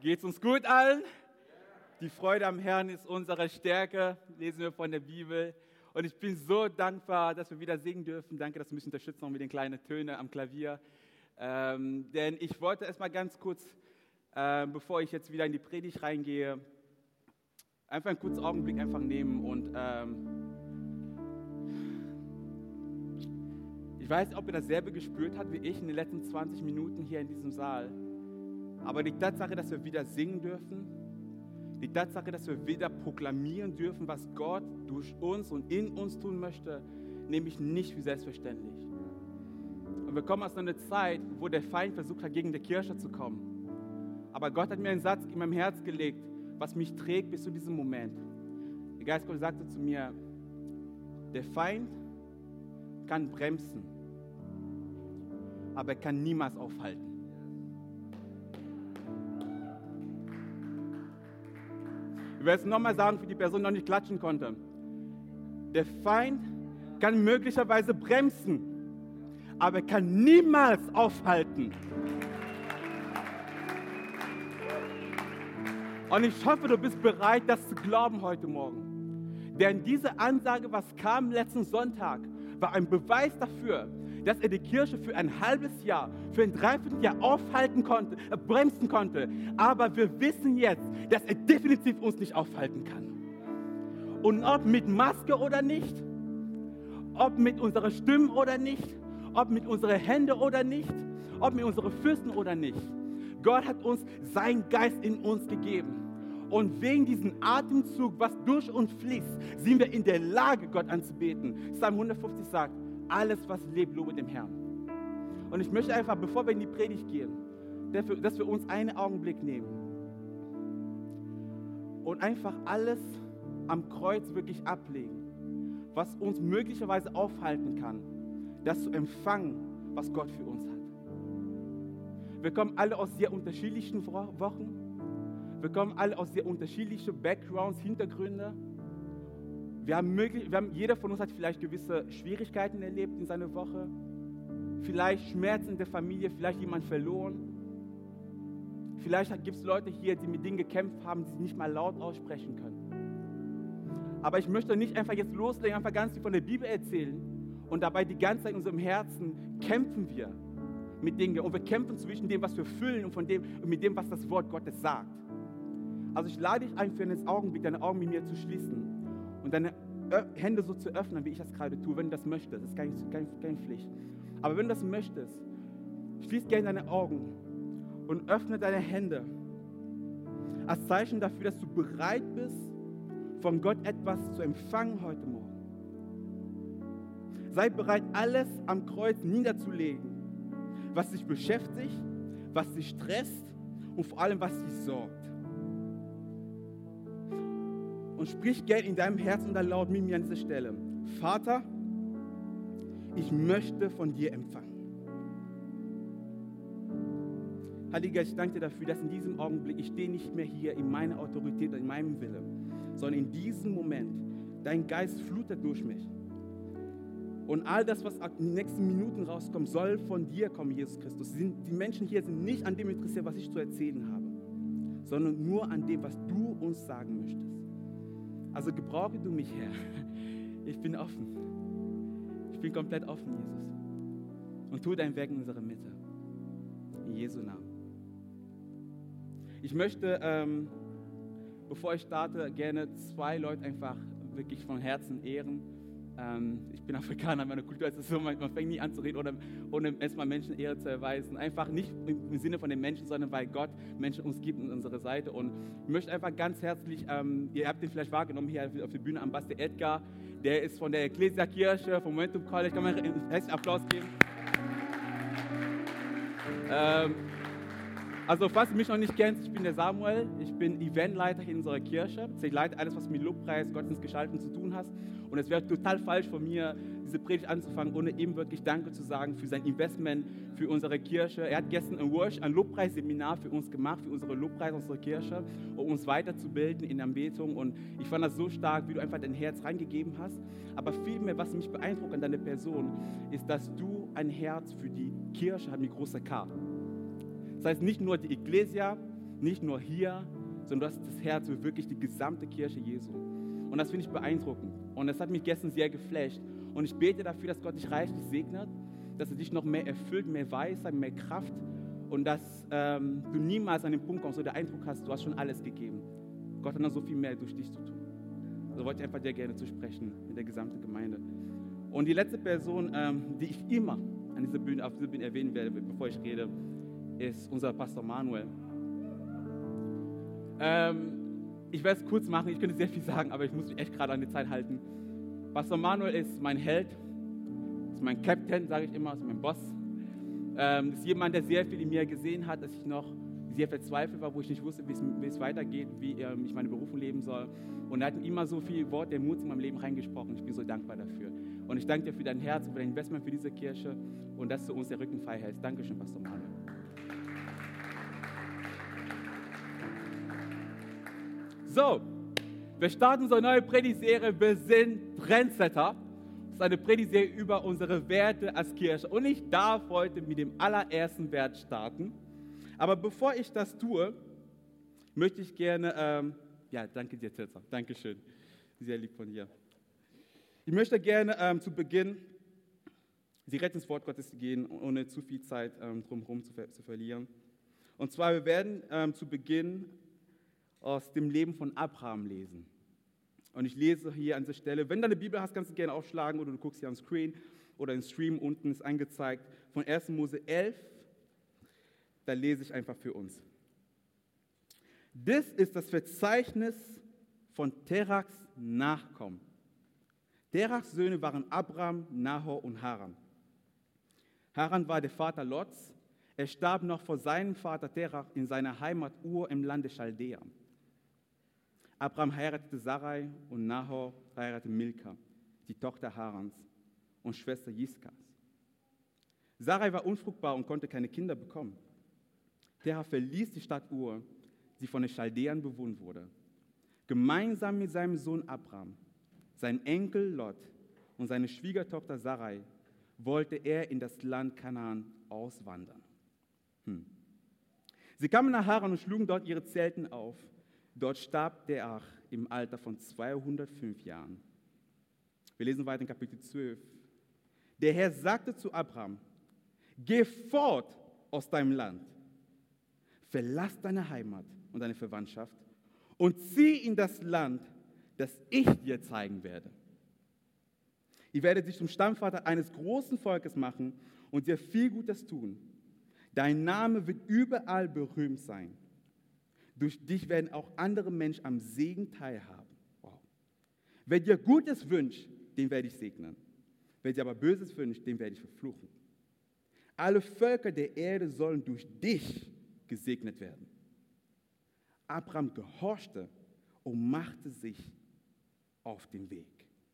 Geht's uns gut allen? Die Freude am Herrn ist unsere Stärke, lesen wir von der Bibel. Und ich bin so dankbar, dass wir wieder singen dürfen. Danke, dass du mich unterstützt noch mit den kleinen Tönen am Klavier. Denn ich wollte erstmal ganz kurz, bevor ich jetzt wieder in die Predigt reingehe, einfach einen kurzen Augenblick einfach nehmen. Und ich weiß nicht, ob ihr dasselbe gespürt habt wie ich in den letzten 20 Minuten hier in diesem Saal. Aber die Tatsache, dass wir wieder singen dürfen, die Tatsache, dass wir wieder proklamieren dürfen, was Gott durch uns und in uns tun möchte, nehme ich nicht für selbstverständlich. Und wir kommen aus einer Zeit, wo der Feind versucht hat, gegen die Kirche zu kommen. Aber Gott hat mir einen Satz in meinem Herz gelegt, was mich trägt bis zu diesem Moment. Der Geist Gottes sagte zu mir, der Feind kann bremsen, aber er kann niemals aufhalten. Ich werde es nochmal sagen, für die Person, die noch nicht klatschen konnte. Der Feind kann möglicherweise bremsen, aber er kann niemals aufhalten. Und ich hoffe, du bist bereit, das zu glauben heute Morgen. Denn diese Ansage, was kam letzten Sonntag, war ein Beweis dafür, dass er die Kirche für ein halbes Jahr, für ein Dreivierteljahr aufhalten konnte, bremsen konnte. Aber wir wissen jetzt, dass er definitiv uns nicht aufhalten kann. Und ob mit Maske oder nicht, ob mit unserer Stimme oder nicht, ob mit unseren Händen oder nicht, ob mit unseren Füßen oder nicht, Gott hat uns seinen Geist in uns gegeben. Und wegen diesem Atemzug, was durch uns fließt, sind wir in der Lage, Gott anzubeten. Psalm 150 sagt, alles, was lebt, lobe dem Herrn. Und ich möchte einfach, bevor wir in die Predigt gehen, dass wir uns einen Augenblick nehmen und einfach alles am Kreuz wirklich ablegen, was uns möglicherweise aufhalten kann, das zu empfangen, was Gott für uns hat. Wir kommen alle aus sehr unterschiedlichen Wochen. Wir kommen alle aus sehr unterschiedlichen Backgrounds, Hintergründen. Jeder von uns hat vielleicht gewisse Schwierigkeiten erlebt in seiner Woche. Vielleicht Schmerzen in der Familie, vielleicht jemand verloren. Vielleicht gibt es Leute hier, die mit Dingen gekämpft haben, die sie nicht mal laut aussprechen können. Aber ich möchte nicht einfach jetzt loslegen, einfach ganz viel von der Bibel erzählen und dabei die ganze Zeit in unserem Herzen kämpfen wir mit Dingen. Und wir kämpfen zwischen dem, was wir fühlen und mit dem, was das Wort Gottes sagt. Also ich lade dich ein, für einen Augenblick deine Augen mit mir zu schließen und deine Hände so zu öffnen, wie ich das gerade tue, wenn du das möchtest. Das ist keine Pflicht. Aber wenn du das möchtest, schließ gerne deine Augen und öffne deine Hände als Zeichen dafür, dass du bereit bist, von Gott etwas zu empfangen heute Morgen. Sei bereit, alles am Kreuz niederzulegen, was dich beschäftigt, was dich stresst und vor allem, was dich sorgt. Und sprich gerne in deinem Herzen dann laut mit mir an dieser Stelle. Vater, ich möchte von dir empfangen. Heiliger Geist, ich danke dir dafür, dass in diesem Augenblick, ich stehe nicht mehr hier in meiner Autorität oder in meinem Willen, sondern in diesem Moment, dein Geist flutet durch mich. Und all das, was in den nächsten Minuten rauskommt, soll von dir kommen, Jesus Christus. Die Menschen hier sind nicht an dem interessiert, was ich zu erzählen habe, sondern nur an dem, was du uns sagen möchtest. Also gebrauche du mich, Herr. Ich bin offen. Ich bin komplett offen, Jesus. Und tu dein Werk in unserer Mitte. In Jesu Namen. Ich möchte, bevor ich starte, gerne 2 Leute einfach wirklich von Herzen ehren. Ich bin Afrikaner, meine Kultur ist es so, man fängt nie an zu reden, ohne erstmal Menschen Ehre zu erweisen. Einfach nicht im Sinne von den Menschen, sondern weil Gott Menschen uns gibt an unserer Seite. Und ich möchte einfach ganz herzlich, ihr habt ihn vielleicht wahrgenommen hier auf der Bühne, Ambassador Edgar, der ist von der Ecclesia Kirche, vom Momentum College, kann man einen herzlichen Applaus geben. Also falls du mich noch nicht kennst, ich bin der Samuel, ich bin Eventleiter hier in unserer Kirche. Ich leite alles, was mit Lobpreis, Gottesdienst gestalten zu tun hat. Und es wäre total falsch von mir, diese Predigt anzufangen, ohne ihm wirklich Danke zu sagen für sein Investment für unsere Kirche. Er hat gestern ein Lobpreisseminar für uns gemacht, für unsere Lobpreis unserer Kirche, um uns weiterzubilden in Anbetung. Und ich fand das so stark, wie du einfach dein Herz reingegeben hast. Aber vielmehr, was mich beeindruckt an deiner Person, ist, dass du ein Herz für die Kirche hast mit großer K. Das heißt nicht nur die Ecclesia, nicht nur hier, sondern du hast das Herz für wirklich die gesamte Kirche Jesu. Und das finde ich beeindruckend. Und das hat mich gestern sehr geflasht. Und ich bete dafür, dass Gott dich reichlich segnet, dass er dich noch mehr erfüllt, mehr Weisheit, mehr Kraft und dass du niemals an den Punkt kommst, wo du den Eindruck hast, du hast schon alles gegeben. Gott hat noch so viel mehr durch dich zu tun. Also wollte ich einfach dir gerne zu sprechen mit der gesamten Gemeinde. Und die letzte Person, die ich immer auf dieser Bühne erwähnen werde, bevor ich rede, ist unser Pastor Manuel. Ich werde es kurz machen, ich könnte sehr viel sagen, aber ich muss mich echt gerade an die Zeit halten. Pastor Manuel ist mein Held, ist mein Captain, sage ich immer, ist mein Boss. Ist jemand, der sehr viel in mir gesehen hat, dass ich noch sehr verzweifelt war, wo ich nicht wusste, wie es weitergeht, wie ich meine Berufung leben soll. Und er hat immer so viel Wort der Mut in meinem Leben reingesprochen. Ich bin so dankbar dafür. Und ich danke dir für dein Herz, für dein Investment für diese Kirche und dass du uns der Rücken frei hältst. Dankeschön, Pastor Manuel. So, wir starten unsere neue Predigtserie. Wir sind Trendsetter. Das ist eine Predigtserie über unsere Werte als Kirche. Und ich darf heute mit dem allerersten Wert starten. Aber bevor ich das tue, möchte ich gerne, danke dir, Tessa, danke schön, sehr lieb von dir. Ich möchte gerne zu Beginn direkt ins Wort Gottes gehen, ohne zu viel Zeit drumherum zu verlieren. Und zwar, wir werden zu Beginn aus dem Leben von Abraham lesen. Und ich lese hier an dieser Stelle, wenn du eine Bibel hast, kannst du gerne aufschlagen oder du guckst hier am Screen oder im Stream unten ist angezeigt, von 1. Mose 11, da lese ich einfach für uns. Das ist das Verzeichnis von Terachs Nachkommen. Terachs Söhne waren Abram, Nahor und Haran. Haran war der Vater Lots. Er starb noch vor seinem Vater Terach in seiner Heimat Ur im Lande Chaldea. Abram heiratete Sarai und Nahor heiratete Milka, die Tochter Harans und Schwester Jiskas. Sarai war unfruchtbar und konnte keine Kinder bekommen. Terach verließ die Stadt Ur, die von den Chaldeern bewohnt wurde. Gemeinsam mit seinem Sohn Abram, seinem Enkel Lot und seiner Schwiegertochter Sarai wollte er in das Land Kanaan auswandern. Sie kamen nach Haran und schlugen dort ihre Zelten auf. Dort starb Terach im Alter von 205 Jahren. Wir lesen weiter in Kapitel 12. Der Herr sagte zu Abram, geh fort aus deinem Land, verlass deine Heimat und deine Verwandtschaft und zieh in das Land, das ich dir zeigen werde. Ich werde dich zum Stammvater eines großen Volkes machen und dir viel Gutes tun. Dein Name wird überall berühmt sein. Durch dich werden auch andere Menschen am Segen teilhaben. Wow. Wer dir Gutes wünscht, den werde ich segnen. Wer dir aber Böses wünscht, den werde ich verfluchen. Alle Völker der Erde sollen durch dich gesegnet werden. Abram gehorchte und machte sich auf den Weg.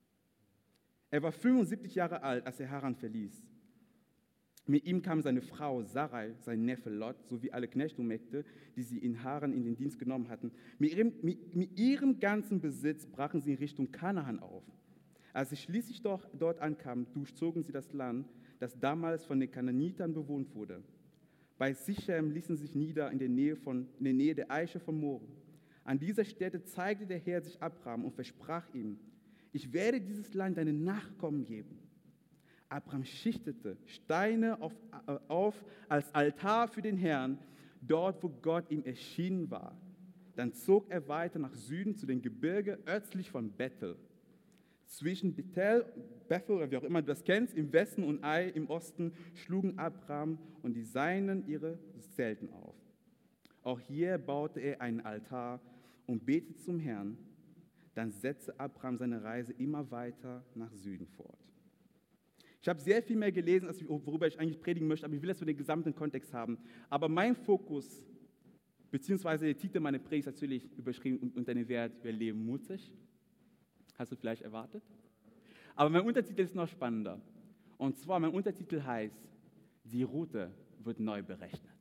Er war 75 Jahre alt, als er Haran verließ. Mit ihm kam seine Frau Sarai, sein Neffe Lot, sowie alle Knechte und Mägde, die sie in Haran in den Dienst genommen hatten. Mit ihrem ganzen Besitz brachen sie in Richtung Kanaan auf. Als sie schließlich dort ankamen, durchzogen sie das Land, das damals von den Kanaanitern bewohnt wurde. Bei Sichem ließen sie sich nieder in der Nähe der Eiche von More. An dieser Stätte zeigte der Herr sich Abram und versprach ihm, ich werde dieses Land deinen Nachkommen geben. Abram schichtete Steine auf als Altar für den Herrn, dort, wo Gott ihm erschienen war. Dann zog er weiter nach Süden zu den Gebirgen östlich von Bethel. Zwischen Bethel, oder wie auch immer du das kennst, im Westen und Ai im Osten, schlugen Abram und die Seinen ihre Zelten auf. Auch hier baute er einen Altar und betete zum Herrn. Dann setzte Abram seine Reise immer weiter nach Süden fort. Ich habe sehr viel mehr gelesen, als worüber ich eigentlich predigen möchte, aber ich will das für den gesamten Kontext haben. Aber mein Fokus, beziehungsweise der Titel meiner Predigt ist natürlich überschrieben unter dem Wert, wir leben mutig. Hast du vielleicht erwartet? Aber mein Untertitel ist noch spannender. Und zwar, mein Untertitel heißt, die Route wird neu berechnet.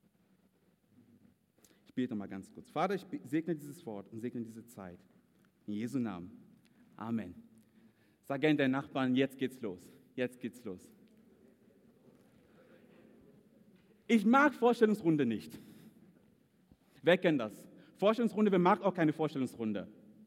Ich bete mal ganz kurz. Vater, ich segne dieses Wort und segne diese Zeit. In Jesu Namen. Amen. Sag gerne deinen Nachbarn, jetzt geht's los. Jetzt geht's los. Ich mag Vorstellungsrunde nicht. Wer kennt das? Vorstellungsrunde, wer mag auch keine Vorstellungsrunde?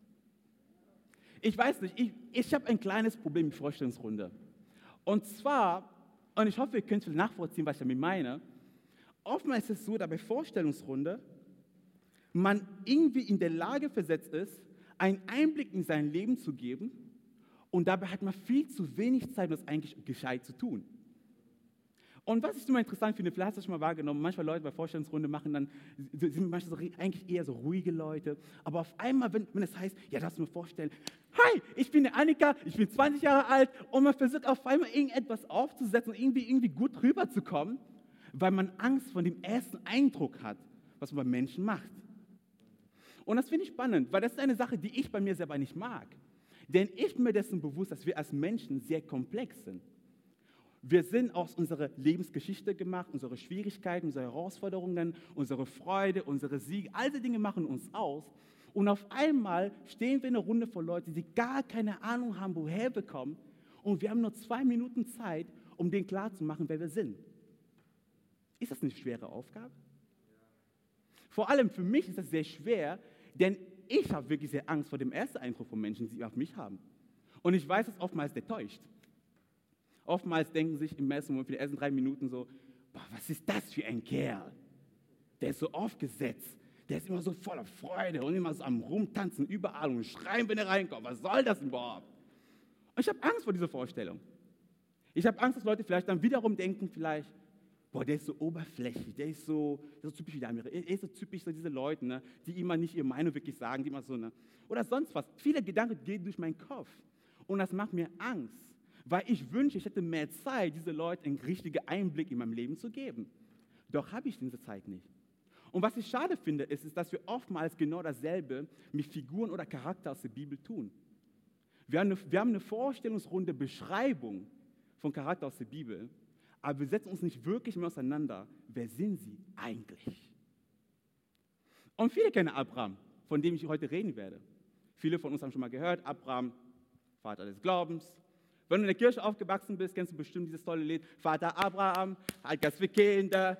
Ich weiß nicht, ich habe ein kleines Problem mit Vorstellungsrunde. Und zwar, und ich hoffe, ihr könnt nachvollziehen, was ich damit meine, oftmals ist es so, dass bei Vorstellungsrunde man irgendwie in der Lage versetzt ist, einen Einblick in sein Leben zu geben und dabei hat man viel zu wenig Zeit, um das eigentlich gescheit zu tun. Und was ich immer interessant finde, vielleicht hast du das schon mal wahrgenommen, manchmal Leute bei Vorstellungsrunde machen dann, sind manchmal so, eigentlich eher so ruhige Leute, aber auf einmal, wenn es heißt, ja, darfst du mir vorstellen, hi, ich bin der Annika, ich bin 20 Jahre alt und man versucht auf einmal irgendetwas aufzusetzen und irgendwie gut rüberzukommen, weil man Angst vor dem ersten Eindruck hat, was man bei Menschen macht. Und das finde ich spannend, weil das ist eine Sache, die ich bei mir selber nicht mag. Denn ich bin mir dessen bewusst, dass wir als Menschen sehr komplex sind. Wir sind aus unserer Lebensgeschichte gemacht, unsere Schwierigkeiten, unsere Herausforderungen, unsere Freude, unsere Siege, all diese Dinge machen uns aus. Und auf einmal stehen wir in einer Runde von Leuten, die gar keine Ahnung haben, woher wir kommen. Und wir haben nur 2 Minuten Zeit, um denen klarzumachen, wer wir sind. Ist das eine schwere Aufgabe? Vor allem für mich ist das sehr schwer, denn ich habe wirklich sehr Angst vor dem ersten Eindruck von Menschen, die auf mich haben. Und ich weiß, dass oftmals der täuscht. Oftmals denken sich im ersten Moment für die ersten 3 Minuten so, boah, was ist das für ein Kerl? Der ist so aufgesetzt, der ist immer so voller Freude und immer so am Rumtanzen überall und schreien, wenn er reinkommt. Was soll das überhaupt? Und ich habe Angst vor dieser Vorstellung. Ich habe Angst, dass Leute vielleicht dann wiederum denken, vielleicht, boah, der ist so oberflächlich, der ist so typisch wie der Amerikaner, er ist so typisch so diese Leute, ne, die immer nicht ihre Meinung wirklich sagen, die immer so, ne, oder sonst was. Viele Gedanken gehen durch meinen Kopf und das macht mir Angst. Weil ich wünsche, ich hätte mehr Zeit, diese Leute einen richtigen Einblick in mein Leben zu geben. Doch habe ich diese Zeit nicht. Und was ich schade finde, ist, dass wir oftmals genau dasselbe mit Figuren oder Charakteren aus der Bibel tun. Wir haben eine Vorstellungsrunde Beschreibung von Charakter aus der Bibel, aber wir setzen uns nicht wirklich mehr auseinander. Wer sind sie eigentlich? Und viele kennen Abraham, von dem ich heute reden werde. Viele von uns haben schon mal gehört, Abraham, Vater des Glaubens. Wenn du in der Kirche aufgewachsen bist, kennst du bestimmt dieses tolle Lied, Vater Abraham, hat Gas für Kinder,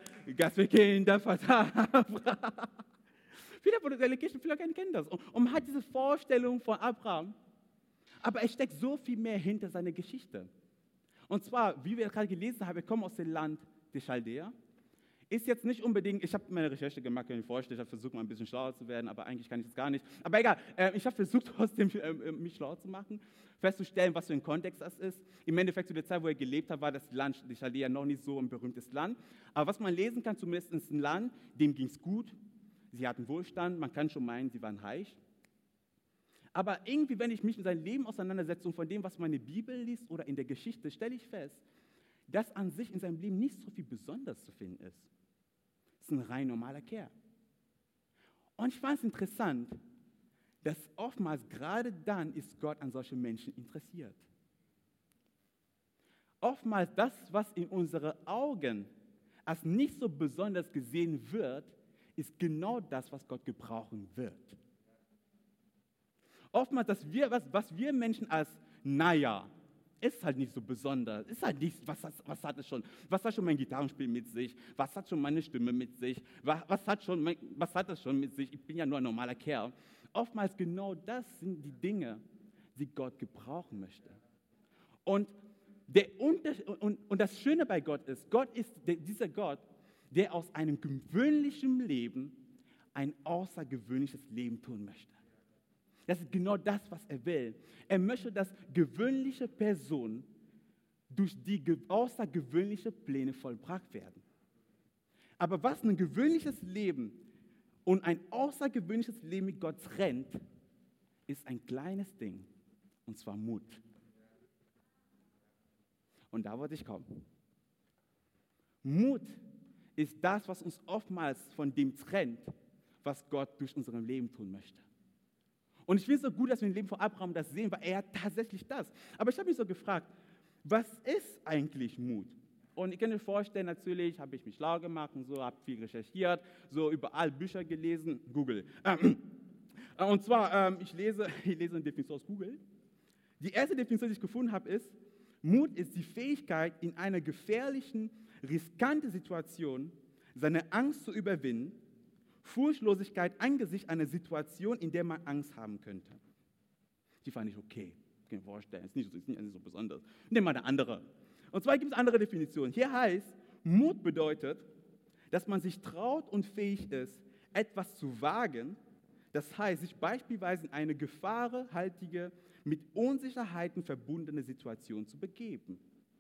Vater Abraham. Viele von der Kirche, viele kennen das. Und man hat diese Vorstellung von Abraham, aber es steckt so viel mehr hinter seiner Geschichte. Und zwar, wie wir gerade gelesen haben, wir kommen aus dem Land der Chaldäer. Ist jetzt nicht unbedingt, ich habe meine Recherche gemacht, kann ich mir vorstellen, ich habe versucht, mal ein bisschen schlauer zu werden, aber eigentlich kann ich das gar nicht. Aber egal, ich habe versucht, trotzdem mich schlau zu machen, festzustellen, was für ein Kontext das ist. Im Endeffekt zu der Zeit, wo er gelebt hat, war das Land, die Chaldäer, noch nicht so ein berühmtes Land. Aber was man lesen kann, zumindest ist ein Land, dem ging es gut, sie hatten Wohlstand, man kann schon meinen, sie waren reich. Aber irgendwie, wenn ich mich mit seinem Leben auseinandersetze und von dem, was meine Bibel liest oder in der Geschichte, stelle ich fest, dass an sich in seinem Leben nicht so viel Besonderes zu finden ist. Es ist ein rein normaler Kerl. Und ich fand es interessant, dass oftmals gerade dann ist Gott an solche Menschen interessiert. Oftmals das, was in unseren Augen als nicht so besonders gesehen wird, ist genau das, was Gott gebrauchen wird. Oftmals, was wir Menschen als, naja, ist halt nicht so besonders, ist halt nicht, was hat es schon? Was hat schon mein Gitarrenspiel mit sich? Was hat schon meine Stimme mit sich? Was hat das schon mit sich? Ich bin ja nur ein normaler Kerl. Oftmals genau das sind die Dinge, die Gott gebrauchen möchte. Und das Schöne bei Gott ist dieser Gott, der aus einem gewöhnlichen Leben ein außergewöhnliches Leben tun möchte. Das ist genau das, was er will. Er möchte, dass gewöhnliche Personen durch die außergewöhnlichen Pläne vollbracht werden. Aber was ein gewöhnliches Leben und ein außergewöhnliches Leben mit Gott trennt, ist ein kleines Ding, und zwar Mut. Und da wollte ich kommen. Mut ist das, was uns oftmals von dem trennt, was Gott durch unser Leben tun möchte. Und ich finde es so gut, dass wir im Leben von Abraham das sehen, weil er hat tatsächlich das. Aber ich habe mich so gefragt, was ist eigentlich Mut? Und ich kann mir vorstellen, natürlich habe ich mich schlau gemacht und so, habe viel recherchiert, so überall Bücher gelesen, Google. Und zwar, ich lese eine Definition aus Google. Die erste Definition, die ich gefunden habe, ist, Mut ist die Fähigkeit, in einer gefährlichen, riskanten Situation seine Angst zu überwinden, Furchtlosigkeit angesichts einer Situation, in der man Angst haben könnte. Die fand ich okay. Kann ich mir vorstellen. Ist nicht so besonders. Nehmen wir eine andere. Und zwar gibt es andere Definitionen. Hier heißt, Mut bedeutet, dass man sich traut und fähig ist, etwas zu wagen. Das heißt, sich beispielsweise in eine gefahrhaltige, mit Unsicherheiten verbundene Situation zu begeben.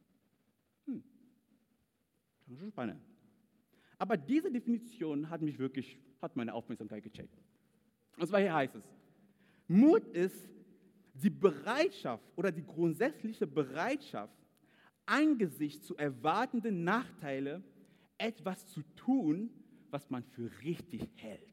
Das ist schon spannend. Aber diese Definition hat meine Aufmerksamkeit gecheckt. Und zwar hier heißt es, Mut ist die Bereitschaft oder die grundsätzliche Bereitschaft, angesichts zu erwartenden Nachteile etwas zu tun, was man für richtig hält.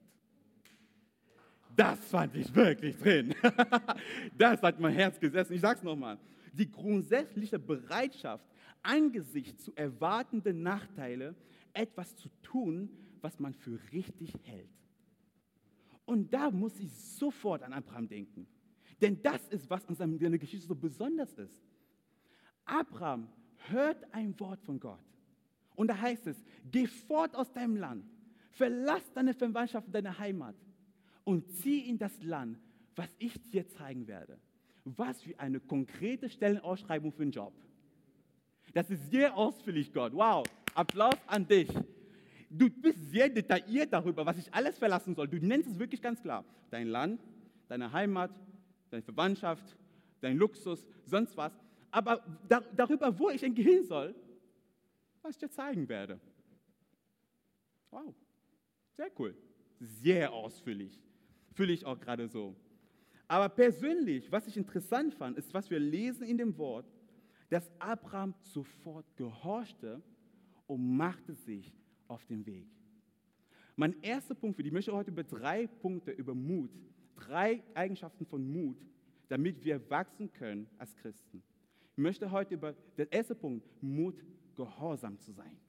Das fand ich wirklich drin. Das hat mein Herz gesessen. Ich sage es nochmal. Die grundsätzliche Bereitschaft, angesichts zu erwartenden Nachteile etwas zu tun, was man für richtig hält. Und da muss ich sofort an Abraham denken. Denn das ist, was in seiner Geschichte so besonders ist. Abraham hört ein Wort von Gott. Und da heißt es, geh fort aus deinem Land, verlass deine Verwandtschaft und deine Heimat und zieh in das Land, was ich dir zeigen werde. Was für eine konkrete Stellenausschreibung für einen Job. Das ist sehr ausführlich, Gott. Wow, Applaus an dich. Du bist sehr detailliert darüber, was ich alles verlassen soll. Du nennst es wirklich ganz klar. Dein Land, deine Heimat, deine Verwandtschaft, dein Luxus, sonst was. Aber darüber, wo ich hingehen soll, was ich dir zeigen werde. Wow, sehr cool. Sehr ausführlich. Fühle ich auch gerade so. Aber persönlich, was ich interessant fand, ist, was wir lesen in dem Wort, dass Abraham sofort gehorchte und machte sich auf den Weg. Mein erster Punkt, ich möchte heute über 3 Punkte über Mut, 3 Eigenschaften von Mut, damit wir wachsen können als Christen. Ich möchte heute über den ersten Punkt, Mut, gehorsam zu sein.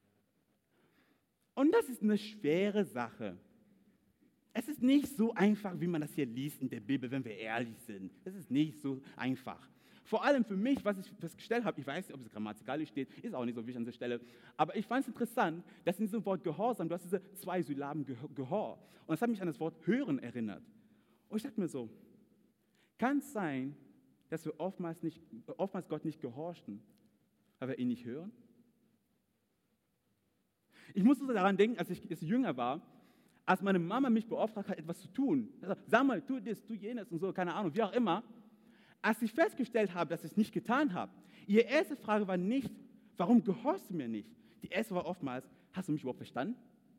Und das ist eine schwere Sache. Es ist nicht so einfach, wie man das hier liest in der Bibel, wenn wir ehrlich sind. Es ist nicht so einfach. Vor allem für mich, was ich festgestellt habe, ich weiß nicht, ob es grammatikalisch steht, ist auch nicht so wichtig an der Stelle, aber ich fand es interessant, dass in diesem Wort Gehorsam, du hast diese 2 Syllaben Gehor. Und das hat mich an das Wort Hören erinnert. Und ich dachte mir so, kann es sein, dass wir oftmals Gott nicht gehorchten, weil wir ihn nicht hören? Ich musste so daran denken, als ich jünger war, als meine Mama mich beauftragt hat, etwas zu tun. Sag mal, tu das, tu jenes und so, keine Ahnung, wie auch immer. Als ich festgestellt habe, dass ich es nicht getan habe, ihre erste Frage war nicht, warum gehorchst du mir nicht? Die erste war oftmals, hast du mich überhaupt verstanden?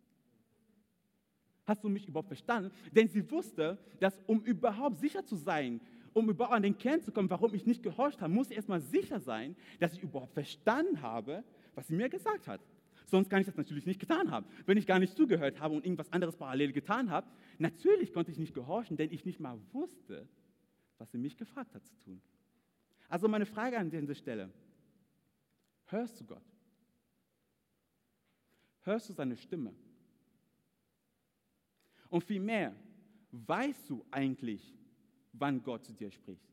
Hast du mich überhaupt verstanden? Denn sie wusste, dass um überhaupt sicher zu sein, um überhaupt an den Kern zu kommen, warum ich nicht gehorcht habe, muss ich erstmal sicher sein, dass ich überhaupt verstanden habe, was sie mir gesagt hat. Sonst kann ich das natürlich nicht getan haben. Wenn ich gar nicht zugehört habe und irgendwas anderes parallel getan habe, natürlich konnte ich nicht gehorchen, denn ich nicht mal wusste, was sie mich gefragt hat zu tun. Also meine Frage an dieser Stelle, hörst du Gott? Hörst du seine Stimme? Und vielmehr, weißt du eigentlich, wann Gott zu dir spricht?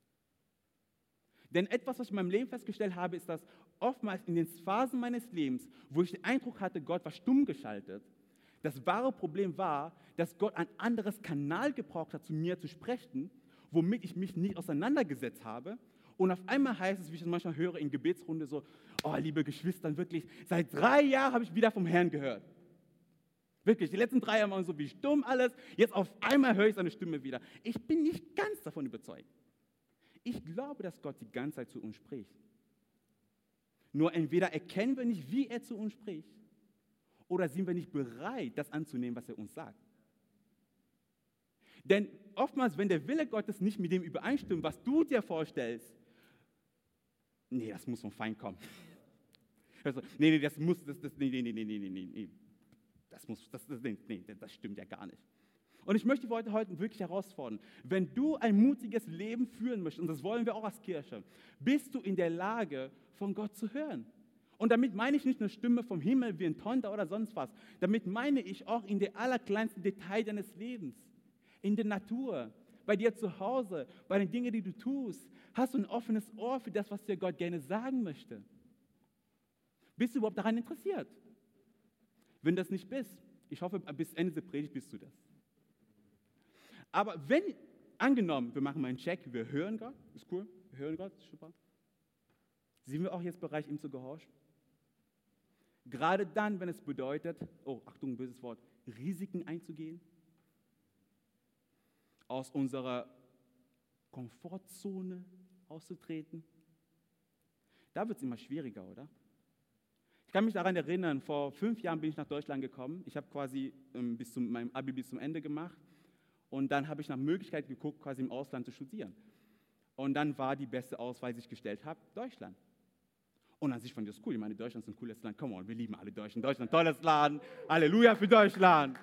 Denn etwas, was ich in meinem Leben festgestellt habe, ist, dass oftmals in den Phasen meines Lebens, wo ich den Eindruck hatte, Gott war stumm geschaltet, das wahre Problem war, dass Gott ein anderes Kanal gebraucht hat, zu mir zu sprechen, womit ich mich nicht auseinandergesetzt habe. Und auf einmal heißt es, wie ich es manchmal höre in Gebetsrunde, so, oh, liebe Geschwister, wirklich, seit 3 Jahren habe ich wieder vom Herrn gehört. Wirklich, die letzten 3 Jahre waren so wie stumm alles, jetzt auf einmal höre ich seine Stimme wieder. Ich bin nicht ganz davon überzeugt. Ich glaube, dass Gott die ganze Zeit zu uns spricht. Nur entweder erkennen wir nicht, wie er zu uns spricht, oder sind wir nicht bereit, das anzunehmen, was er uns sagt. Denn oftmals, wenn der Wille Gottes nicht mit dem übereinstimmt, was du dir vorstellst, nee, das muss vom Feind kommen. Also, nee, das stimmt ja gar nicht. Und ich möchte heute wirklich herausfordern, wenn du ein mutiges Leben führen möchtest, und das wollen wir auch als Kirche, bist du in der Lage, von Gott zu hören. Und damit meine ich nicht eine Stimme vom Himmel wie ein Tonter oder sonst was. Damit meine ich auch in der allerkleinsten Detail deines Lebens, in der Natur, bei dir zu Hause, bei den Dingen, die du tust. Hast du ein offenes Ohr für das, was dir Gott gerne sagen möchte? Bist du überhaupt daran interessiert? Wenn du das nicht bist, Ich hoffe, bis Ende der Predigt bist du das. Aber wenn, angenommen, wir machen mal einen Check, wir hören Gott, ist cool, wir hören Gott, super. Sind wir auch jetzt bereit, ihm zu gehorchen? Gerade dann, wenn es bedeutet, oh, Achtung, böses Wort, Risiken einzugehen, aus unserer Komfortzone auszutreten, da wird es immer schwieriger, oder? Ich kann mich daran erinnern, vor 5 Jahren bin ich nach Deutschland gekommen. Ich habe quasi meinem Abi bis zum Ende gemacht und dann habe ich nach Möglichkeit geguckt, quasi im Ausland zu studieren. Und dann war die beste Auswahl, die ich gestellt habe, Deutschland. Und an sich fand ich das cool. Ich meine, Deutschland ist ein cooles Land. Come on, wir lieben alle Deutschen. Deutschland, tolles Land. Halleluja für Deutschland.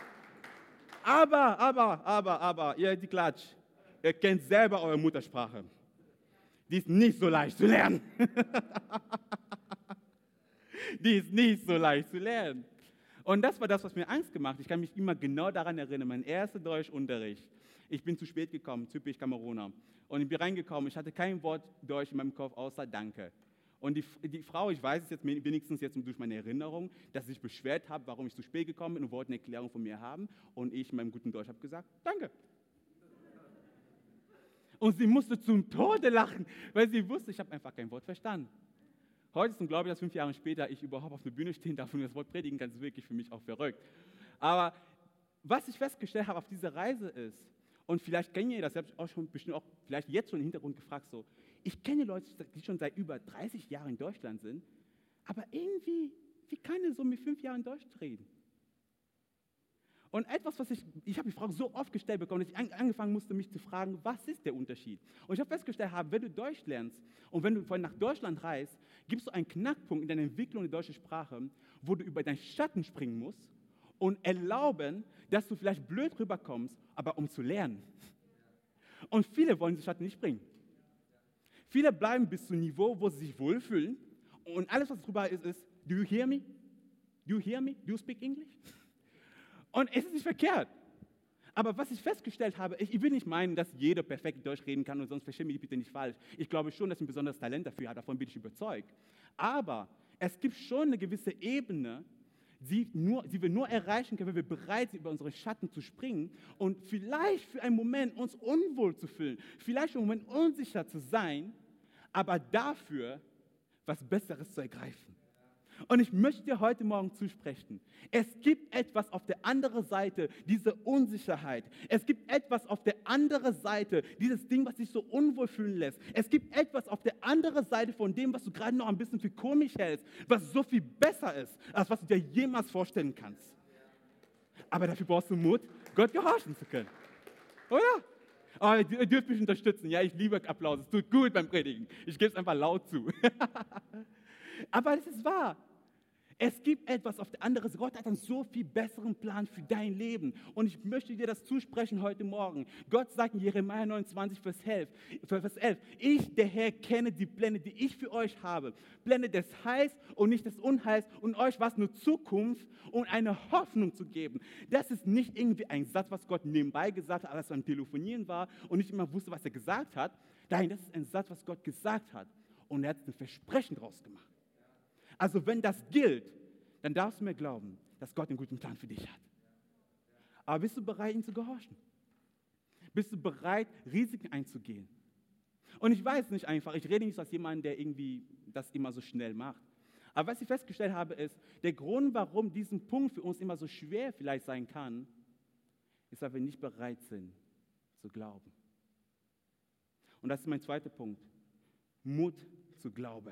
Aber, ihr die Klatsch, ihr kennt selber eure Muttersprache. Die ist nicht so leicht zu lernen. Die ist nicht so leicht zu lernen. Und das war das, was mir Angst gemacht hat. Ich kann mich immer genau daran erinnern, mein erster Deutschunterricht. Ich bin zu spät gekommen, typisch Kameruner. Und ich bin reingekommen, ich hatte kein Wort Deutsch in meinem Kopf, außer Danke. Und die Frau, ich weiß es jetzt wenigstens jetzt durch meine Erinnerung, dass sie sich beschwert hat, warum ich zu spät gekommen bin und wollte eine Erklärung von mir haben. Und ich in meinem guten Deutsch habe gesagt, Danke. Und sie musste zum Tode lachen, weil sie wusste, ich habe einfach kein Wort verstanden. Heute ist, glaube ich, dass 5 Jahre später ich überhaupt auf der Bühne stehen darf und das Wort predigen kann, ist wirklich für mich auch verrückt. Aber was ich festgestellt habe auf dieser Reise ist, und vielleicht kennt ihr das, ich habe auch schon bestimmt auch vielleicht jetzt schon im Hintergrund gefragt, so, ich kenne Leute, die schon seit über 30 Jahren in Deutschland sind, aber irgendwie, wie kann er so mit 5 Jahren Deutsch reden? Und etwas, was ich habe die Frage so oft gestellt bekommen, dass ich angefangen musste, mich zu fragen, was ist der Unterschied? Und ich habe festgestellt, wenn du Deutsch lernst und wenn du vorhin nach Deutschland reist, gibst du einen Knackpunkt in deiner Entwicklung der deutschen Sprache, wo du über deinen Schatten springen musst und erlauben, dass du vielleicht blöd rüberkommst, aber um zu lernen. Und viele wollen diesen Schatten nicht springen. Viele bleiben bis zum Niveau, wo sie sich wohlfühlen und alles, was drüber ist, do you hear me? Do you hear me? Do you speak English? Und es ist nicht verkehrt. Aber was ich festgestellt habe, ich will nicht meinen, dass jeder perfekt Deutsch reden kann und sonst verstehe mich bitte nicht falsch. Ich glaube schon, dass ich ein besonderes Talent dafür habe, davon bin ich überzeugt. Aber es gibt schon eine gewisse Ebene, die wir nur erreichen können, wenn wir bereit sind, über unsere Schatten zu springen und vielleicht für einen Moment uns unwohl zu fühlen, vielleicht für einen Moment unsicher zu sein, aber dafür was Besseres zu ergreifen. Und ich möchte dir heute Morgen zusprechen, es gibt etwas auf der anderen Seite, diese Unsicherheit. Es gibt etwas auf der anderen Seite, dieses Ding, was dich so unwohl fühlen lässt. Es gibt etwas auf der anderen Seite von dem, was du gerade noch ein bisschen für komisch hältst, was so viel besser ist, als was du dir jemals vorstellen kannst. Aber dafür brauchst du Mut, Gott gehorchen zu können. Oder? Oh, ihr dürft mich unterstützen. Ja, ich liebe Applaus. Es tut gut beim Predigen. Ich gebe es einfach laut zu. Aber es ist wahr. Es gibt etwas auf der anderen Seite. Gott hat einen so viel besseren Plan für dein Leben. Und ich möchte dir das zusprechen heute Morgen. Gott sagt in Jeremia 29, Vers 11, ich, der Herr, kenne die Pläne, die ich für euch habe. Pläne des Heils und nicht des Unheils und euch was nur Zukunft und eine Hoffnung zu geben. Das ist nicht irgendwie ein Satz, was Gott nebenbei gesagt hat, als er am Telefonieren war und nicht immer wusste, was er gesagt hat. Nein, das ist ein Satz, was Gott gesagt hat. Und er hat ein Versprechen draus gemacht. Also wenn das gilt, dann darfst du mir glauben, dass Gott einen guten Plan für dich hat. Aber bist du bereit, ihm zu gehorchen? Bist du bereit, Risiken einzugehen? Und ich weiß nicht einfach, ich rede nicht als jemand, der irgendwie das immer so schnell macht. Aber was ich festgestellt habe, ist, der Grund, warum diesen Punkt für uns immer so schwer vielleicht sein kann, ist, weil wir nicht bereit sind zu glauben. Und das ist mein zweiter Punkt. Mut zu glauben.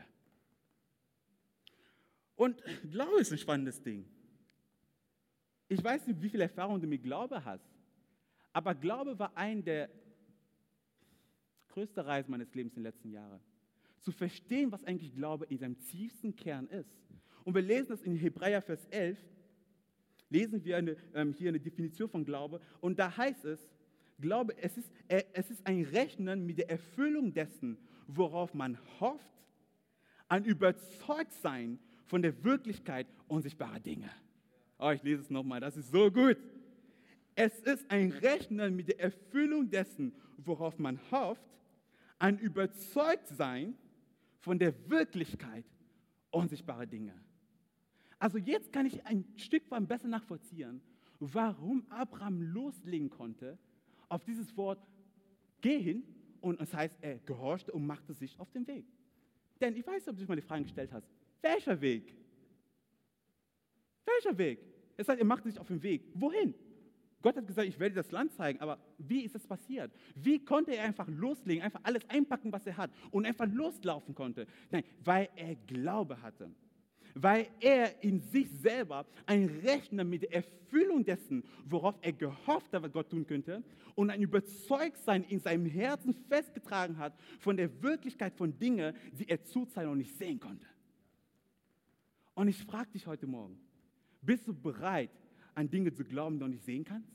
Und Glaube ist ein spannendes Ding. Ich weiß nicht, wie viel Erfahrung du mit Glaube hast, aber Glaube war eine der größten Reisen meines Lebens in den letzten Jahren. Zu verstehen, was eigentlich Glaube in seinem tiefsten Kern ist. Und wir lesen das in Hebräer Vers 11, lesen wir hier eine Definition von Glaube. Und da heißt es, Glaube, es ist ein Rechnen mit der Erfüllung dessen, worauf man hofft, ein Überzeugtsein von der Wirklichkeit unsichtbarer Dinge. Oh, ich lese es nochmal, das ist so gut. Es ist ein Rechnen mit der Erfüllung dessen, worauf man hofft, ein Überzeugtsein von der Wirklichkeit unsichtbarer Dinge. Also jetzt kann ich ein Stück weit besser nachvollziehen, warum Abraham loslegen konnte auf dieses Wort, geh hin, und das heißt, er gehorchte und machte sich auf den Weg. Denn ich weiß nicht, ob du dich mal die Frage gestellt hast, welcher Weg? Welcher Weg? Das heißt, er machte sich auf den Weg. Wohin? Gott hat gesagt, ich werde dir das Land zeigen, aber wie ist das passiert? Wie konnte er einfach loslegen, einfach alles einpacken, was er hat und einfach loslaufen konnte? Nein, weil er Glaube hatte. Weil er in sich selber ein Rechner mit der Erfüllung dessen, worauf er gehofft hat, was Gott tun könnte, und ein Überzeugtsein in seinem Herzen festgetragen hat von der Wirklichkeit von Dingen, die er zurzeit noch nicht sehen konnte. Und ich frage dich heute Morgen, bist du bereit, an Dinge zu glauben, die du noch nicht sehen kannst?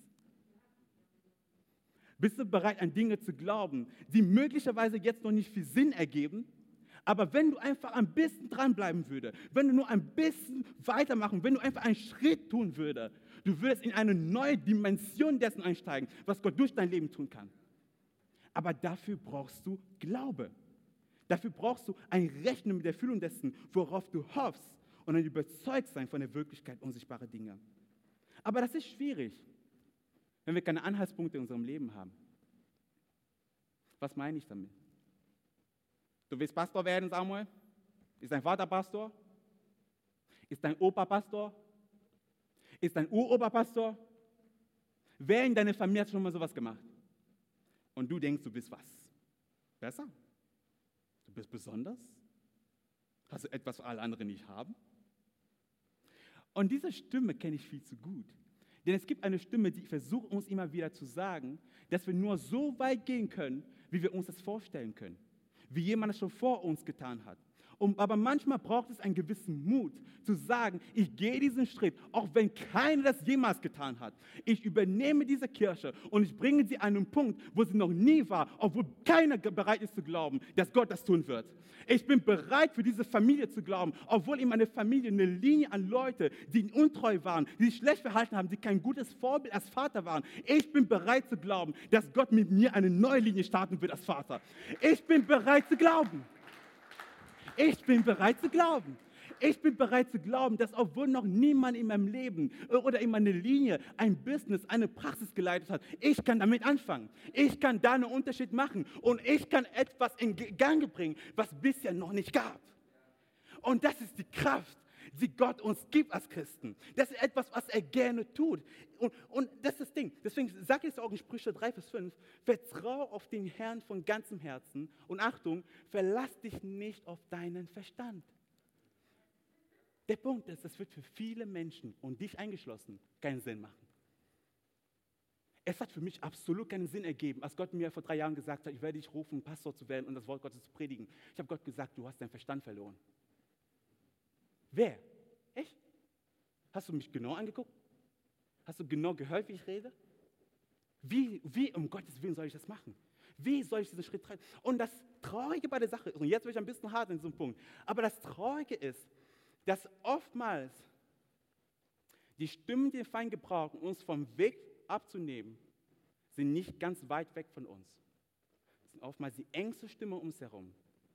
Bist du bereit, an Dinge zu glauben, die möglicherweise jetzt noch nicht viel Sinn ergeben? Aber wenn du einfach ein bisschen dranbleiben würdest, wenn du nur ein bisschen weitermachen, wenn du einfach einen Schritt tun würdest, du würdest in eine neue Dimension dessen einsteigen, was Gott durch dein Leben tun kann. Aber dafür brauchst du Glaube. Dafür brauchst du ein Rechnen mit der Erfüllung dessen, worauf du hoffst, und ein Überzeugtsein von der Wirklichkeit unsichtbarer Dinge. Aber das ist schwierig, wenn wir keine Anhaltspunkte in unserem Leben haben. Was meine ich damit? Du willst Pastor werden, Samuel? Ist dein Vater Pastor? Ist dein Opa Pastor? Ist dein Uropa Pastor? Wer in deiner Familie hat schon mal sowas gemacht? Und du denkst, du bist was? Besser? Du bist besonders? Hast du etwas, was alle anderen nicht haben? Und diese Stimme kenne ich viel zu gut. Denn es gibt eine Stimme, die versucht uns immer wieder zu sagen, dass wir nur so weit gehen können, wie wir uns das vorstellen können. Wie jemand es schon vor uns getan hat. Aber manchmal braucht es einen gewissen Mut, zu sagen, ich gehe diesen Schritt, auch wenn keiner das jemals getan hat. Ich übernehme diese Kirche und ich bringe sie an einen Punkt, wo sie noch nie war, obwohl keiner bereit ist zu glauben, dass Gott das tun wird. Ich bin bereit, für diese Familie zu glauben, obwohl in meiner Familie eine Linie an Leute, die untreu waren, die sich schlecht verhalten haben, die kein gutes Vorbild als Vater waren. Ich bin bereit zu glauben, dass Gott mit mir eine neue Linie starten wird als Vater. Ich bin bereit zu glauben. Ich bin bereit zu glauben. Ich bin bereit zu glauben, dass obwohl noch niemand in meinem Leben oder in meiner Linie ein Business, eine Praxis geleitet hat, ich kann damit anfangen. Ich kann da einen Unterschied machen und ich kann etwas in Gang bringen, was bisher noch nicht gab. Und das ist die Kraft, die Gott uns gibt als Christen. Das ist etwas, was er gerne tut. Und das ist das Ding. Deswegen sagt es auch in Sprüche 3, Vers 5, vertraue auf den Herrn von ganzem Herzen und Achtung, verlass dich nicht auf deinen Verstand. Der Punkt ist, das wird für viele Menschen und dich eingeschlossen keinen Sinn machen. Es hat für mich absolut keinen Sinn ergeben, als Gott mir vor 3 Jahren gesagt hat, ich werde dich rufen, Pastor zu werden und das Wort Gottes zu predigen. Ich habe Gott gesagt, du hast deinen Verstand verloren. Wer? Ich? Hast du mich genau angeguckt? Hast du genau gehört, wie ich rede? Wie um Gottes Willen soll ich das machen? Wie soll ich diesen Schritt treten? Und das Traurige bei der Sache ist, und jetzt bin ich ein bisschen hart in diesem Punkt, aber das Traurige ist, dass oftmals die Stimmen, die den Feind gebrauchen, uns vom Weg abzunehmen, sind nicht ganz weit weg von uns. Das sind oftmals die engste Stimme um uns herum.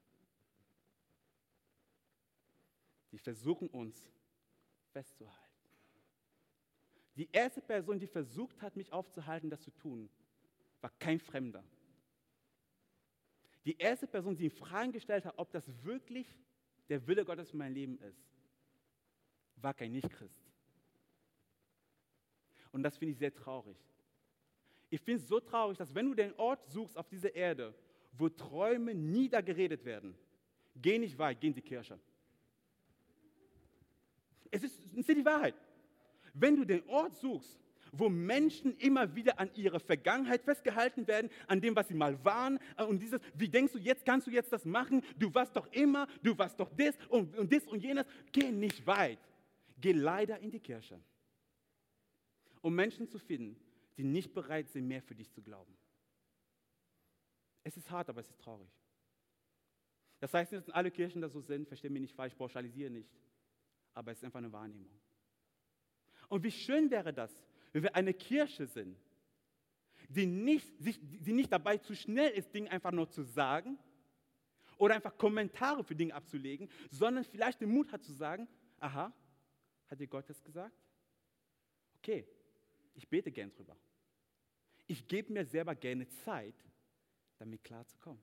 Die versuchen uns festzuhalten. Die erste Person, die versucht hat, mich aufzuhalten, das zu tun, war kein Fremder. Die erste Person, die in Frage gestellt hat, ob das wirklich der Wille Gottes für mein Leben ist, war kein Nichtchrist. Und das finde ich sehr traurig. Ich finde es so traurig, dass wenn du den Ort suchst auf dieser Erde, wo Träume niedergeredet werden, geh nicht weit, geh in die Kirche. Es ist die Wahrheit. Wenn du den Ort suchst, wo Menschen immer wieder an ihrer Vergangenheit festgehalten werden, an dem, was sie mal waren, und dieses, wie denkst du, jetzt kannst du jetzt das machen, du warst doch immer, du warst doch das und jenes, geh nicht weit. Geh leider in die Kirche, um Menschen zu finden, die nicht bereit sind, mehr für dich zu glauben. Es ist hart, aber es ist traurig. Das heißt nicht, dass alle Kirchen da so sind, versteh mich nicht falsch, ich pauschalisiere nicht, aber es ist einfach eine Wahrnehmung. Und wie schön wäre das, wenn wir eine Kirche sind, die nicht dabei zu schnell ist, Dinge einfach nur zu sagen oder einfach Kommentare für Dinge abzulegen, sondern vielleicht den Mut hat zu sagen, aha, Hat dir Gott das gesagt? Okay, ich bete gern drüber. Ich gebe mir selber gerne Zeit, damit klarzukommen.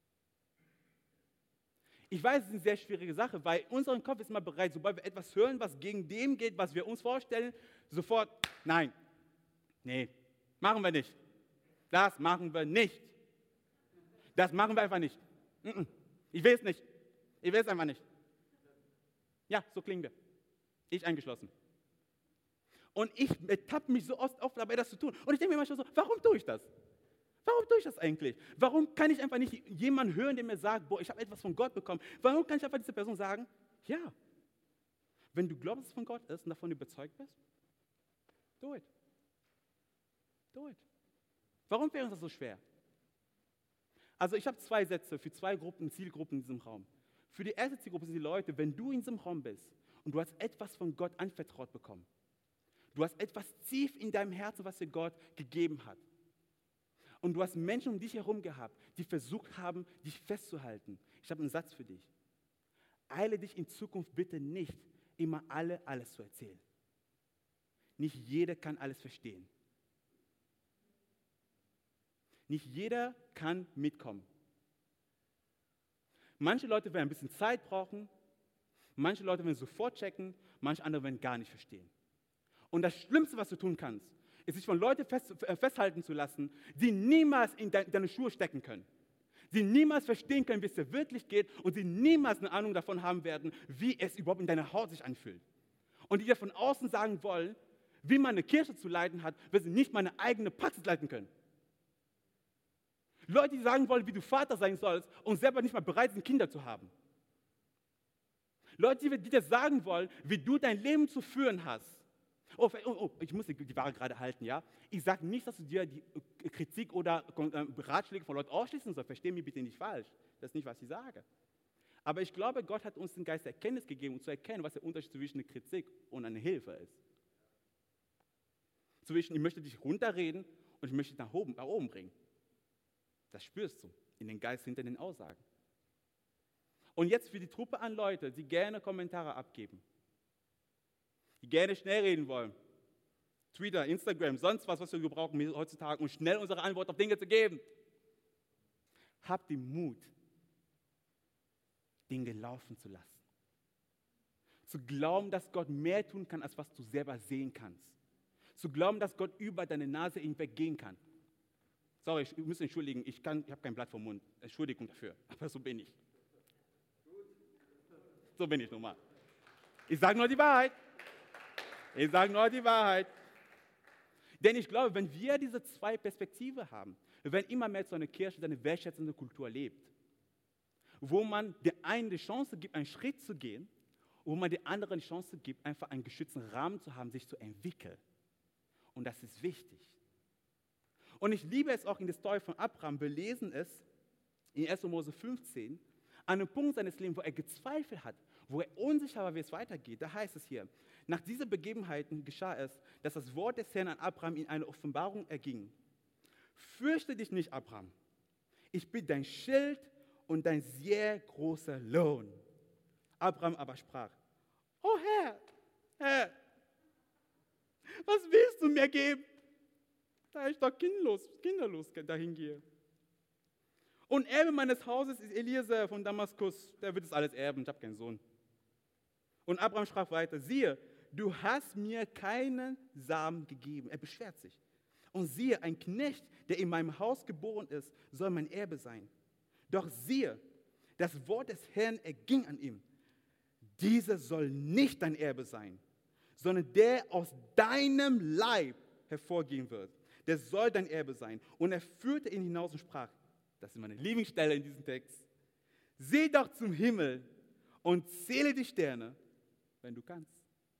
Ich weiß, es ist eine sehr schwierige Sache, weil unser Kopf ist immer bereit, sobald wir etwas hören, was gegen dem geht, was wir uns vorstellen, sofort, nein, nee, machen wir nicht. Das machen wir nicht. Das machen wir einfach nicht. Ich will es nicht. Ich will es einfach nicht. Ja, so klingen wir. Ich eingeschlossen. Und ich ertappe mich so oft dabei, das zu tun. Und ich denke mir manchmal so, warum tue ich das? Warum tue ich das eigentlich? Warum kann ich einfach nicht jemanden hören, der mir sagt, boah, ich habe etwas von Gott bekommen? Warum kann ich einfach dieser Person sagen, ja, wenn du glaubst, dass es von Gott ist und davon überzeugt bist, do it. Do it. Warum wäre uns das so schwer? Also ich habe 2 Sätze für 2 Zielgruppen in diesem Raum. Für die erste Zielgruppe sind die Leute, wenn du in diesem Raum bist und du hast etwas von Gott anvertraut bekommen, du hast etwas tief in deinem Herzen, was dir Gott gegeben hat. Und du hast Menschen um dich herum gehabt, die versucht haben, dich festzuhalten. Ich habe einen Satz für dich. Eile dich in Zukunft bitte nicht, immer alles zu erzählen. Nicht jeder kann alles verstehen. Nicht jeder kann mitkommen. Manche Leute werden ein bisschen Zeit brauchen, manche Leute werden sofort checken, manche andere werden gar nicht verstehen. Und das Schlimmste, was du tun kannst, ist, sich von Leuten festhalten zu lassen, die niemals in deine Schuhe stecken können. Die niemals verstehen können, wie es dir wirklich geht und die niemals eine Ahnung davon haben werden, wie es überhaupt in deiner Haut sich anfühlt. Und die dir von außen sagen wollen, wie man eine Kirche zu leiten hat, wenn sie nicht mal eine eigene Praxis leiten können. Leute, die sagen wollen, wie du Vater sein sollst und selber nicht mal bereit sind, Kinder zu haben. Leute, die dir sagen wollen, wie du dein Leben zu führen hast. Ich muss die Ware gerade halten, ja? Ich sage nicht, dass du dir die Kritik oder Ratschläge von Leuten ausschließen sollst. Versteh mich bitte nicht falsch. Das ist nicht, was ich sage. Aber ich glaube, Gott hat uns den Geist der Erkenntnis gegeben, um zu erkennen, was der Unterschied zwischen einer Kritik und einer Hilfe ist. Zwischen, ich möchte dich runterreden und ich möchte dich nach oben bringen. Das spürst du in den Geist hinter den Aussagen. Und jetzt für die Truppe an Leute, die gerne Kommentare abgeben, die gerne schnell reden wollen. Twitter, Instagram, sonst was wir gebrauchen heutzutage, um schnell unsere Antwort auf Dinge zu geben. Habt den Mut, Dinge laufen zu lassen. Zu glauben, dass Gott mehr tun kann, als was du selber sehen kannst. Zu glauben, dass Gott über deine Nase hinweggehen kann. Sorry, ich muss entschuldigen, ich habe kein Blatt vom Mund. Entschuldigung dafür, aber so bin ich. So bin ich nun mal. Ich sage nur die Wahrheit. Ich sage nur die Wahrheit. Denn ich glaube, wenn wir diese 2 Perspektiven haben, wir werden immer mehr zu einer Kirche, die eine wertschätzende Kultur lebt. Wo man der einen die Chance gibt, einen Schritt zu gehen, wo man der anderen die Chance gibt, einfach einen geschützten Rahmen zu haben, sich zu entwickeln. Und das ist wichtig. Und ich liebe es auch in der Story von Abraham. Wir lesen es in 1. Mose 15, an einem Punkt seines Lebens, wo er gezweifelt hat, wo er unsicher war, wie es weitergeht. Da heißt es hier, nach diesen Begebenheiten geschah es, dass das Wort des Herrn an Abraham in eine Offenbarung erging. Fürchte dich nicht, Abraham. Ich bin dein Schild und dein sehr großer Lohn. Abraham aber sprach, oh Herr, was willst du mir geben, da ich doch kinderlos dahin gehe? Und Erbe meines Hauses ist Eliezer von Damaskus, der wird es alles erben, ich habe keinen Sohn. Und Abraham sprach weiter, siehe, du hast mir keinen Samen gegeben. Er beschwert sich. Und siehe, ein Knecht, der in meinem Haus geboren ist, soll mein Erbe sein. Doch siehe, das Wort des Herrn erging an ihm. Dieser soll nicht dein Erbe sein, sondern der aus deinem Leib hervorgehen wird. Der soll dein Erbe sein. Und er führte ihn hinaus und sprach, das ist meine Lieblingsstelle in diesem Text, sieh doch zum Himmel und zähle die Sterne, wenn du kannst.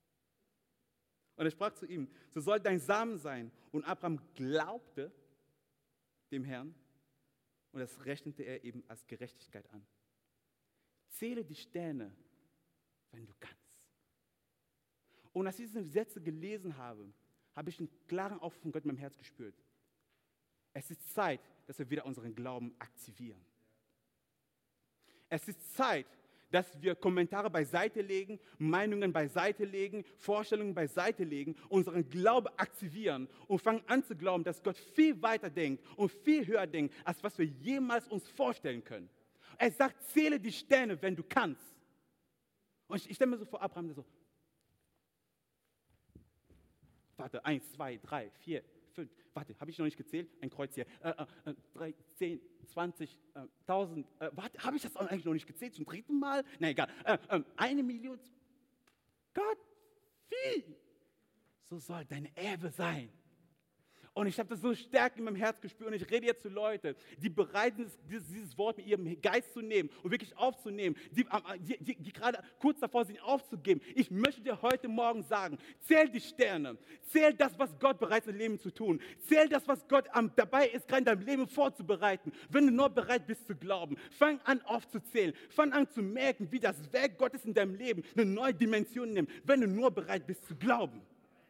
Und er sprach zu ihm, so soll dein Samen sein. Und Abraham glaubte dem Herrn und das rechnete er eben als Gerechtigkeit an. Zähle die Sterne, wenn du kannst. Und als ich diese Sätze gelesen habe, habe ich einen klaren Aufruf von Gott in meinem Herz gespürt. Es ist Zeit, dass wir wieder unseren Glauben aktivieren. Es ist Zeit, dass wir Kommentare beiseite legen, Meinungen beiseite legen, Vorstellungen beiseite legen, unseren Glauben aktivieren und fangen an zu glauben, dass Gott viel weiter denkt und viel höher denkt, als was wir jemals uns vorstellen können. Er sagt, zähle die Sterne, wenn du kannst. Und ich stelle mir so vor, Abraham, der so, warte, 1, 2, 3, 4, 5, warte, habe ich noch nicht gezählt? Ein Kreuz hier. 3, 10, 20, 1000, warte, habe ich das eigentlich noch nicht gezählt zum dritten Mal? Nein, egal. 1 Million. Gott, wie? So soll dein Erbe sein. Und ich habe das so stark in meinem Herz gespürt und ich rede jetzt zu Leuten, die bereit sind, dieses Wort mit ihrem Geist zu nehmen und wirklich aufzunehmen, die gerade kurz davor sind aufzugeben. Ich möchte dir heute Morgen sagen, zähl die Sterne, zähl das, was Gott bereit ist, im Leben zu tun, zähl das, was Gott dabei ist, gerade in deinem Leben vorzubereiten. Wenn du nur bereit bist zu glauben, fang an aufzuzählen, fang an zu merken, wie das Werk Gottes in deinem Leben eine neue Dimension nimmt, wenn du nur bereit bist zu glauben.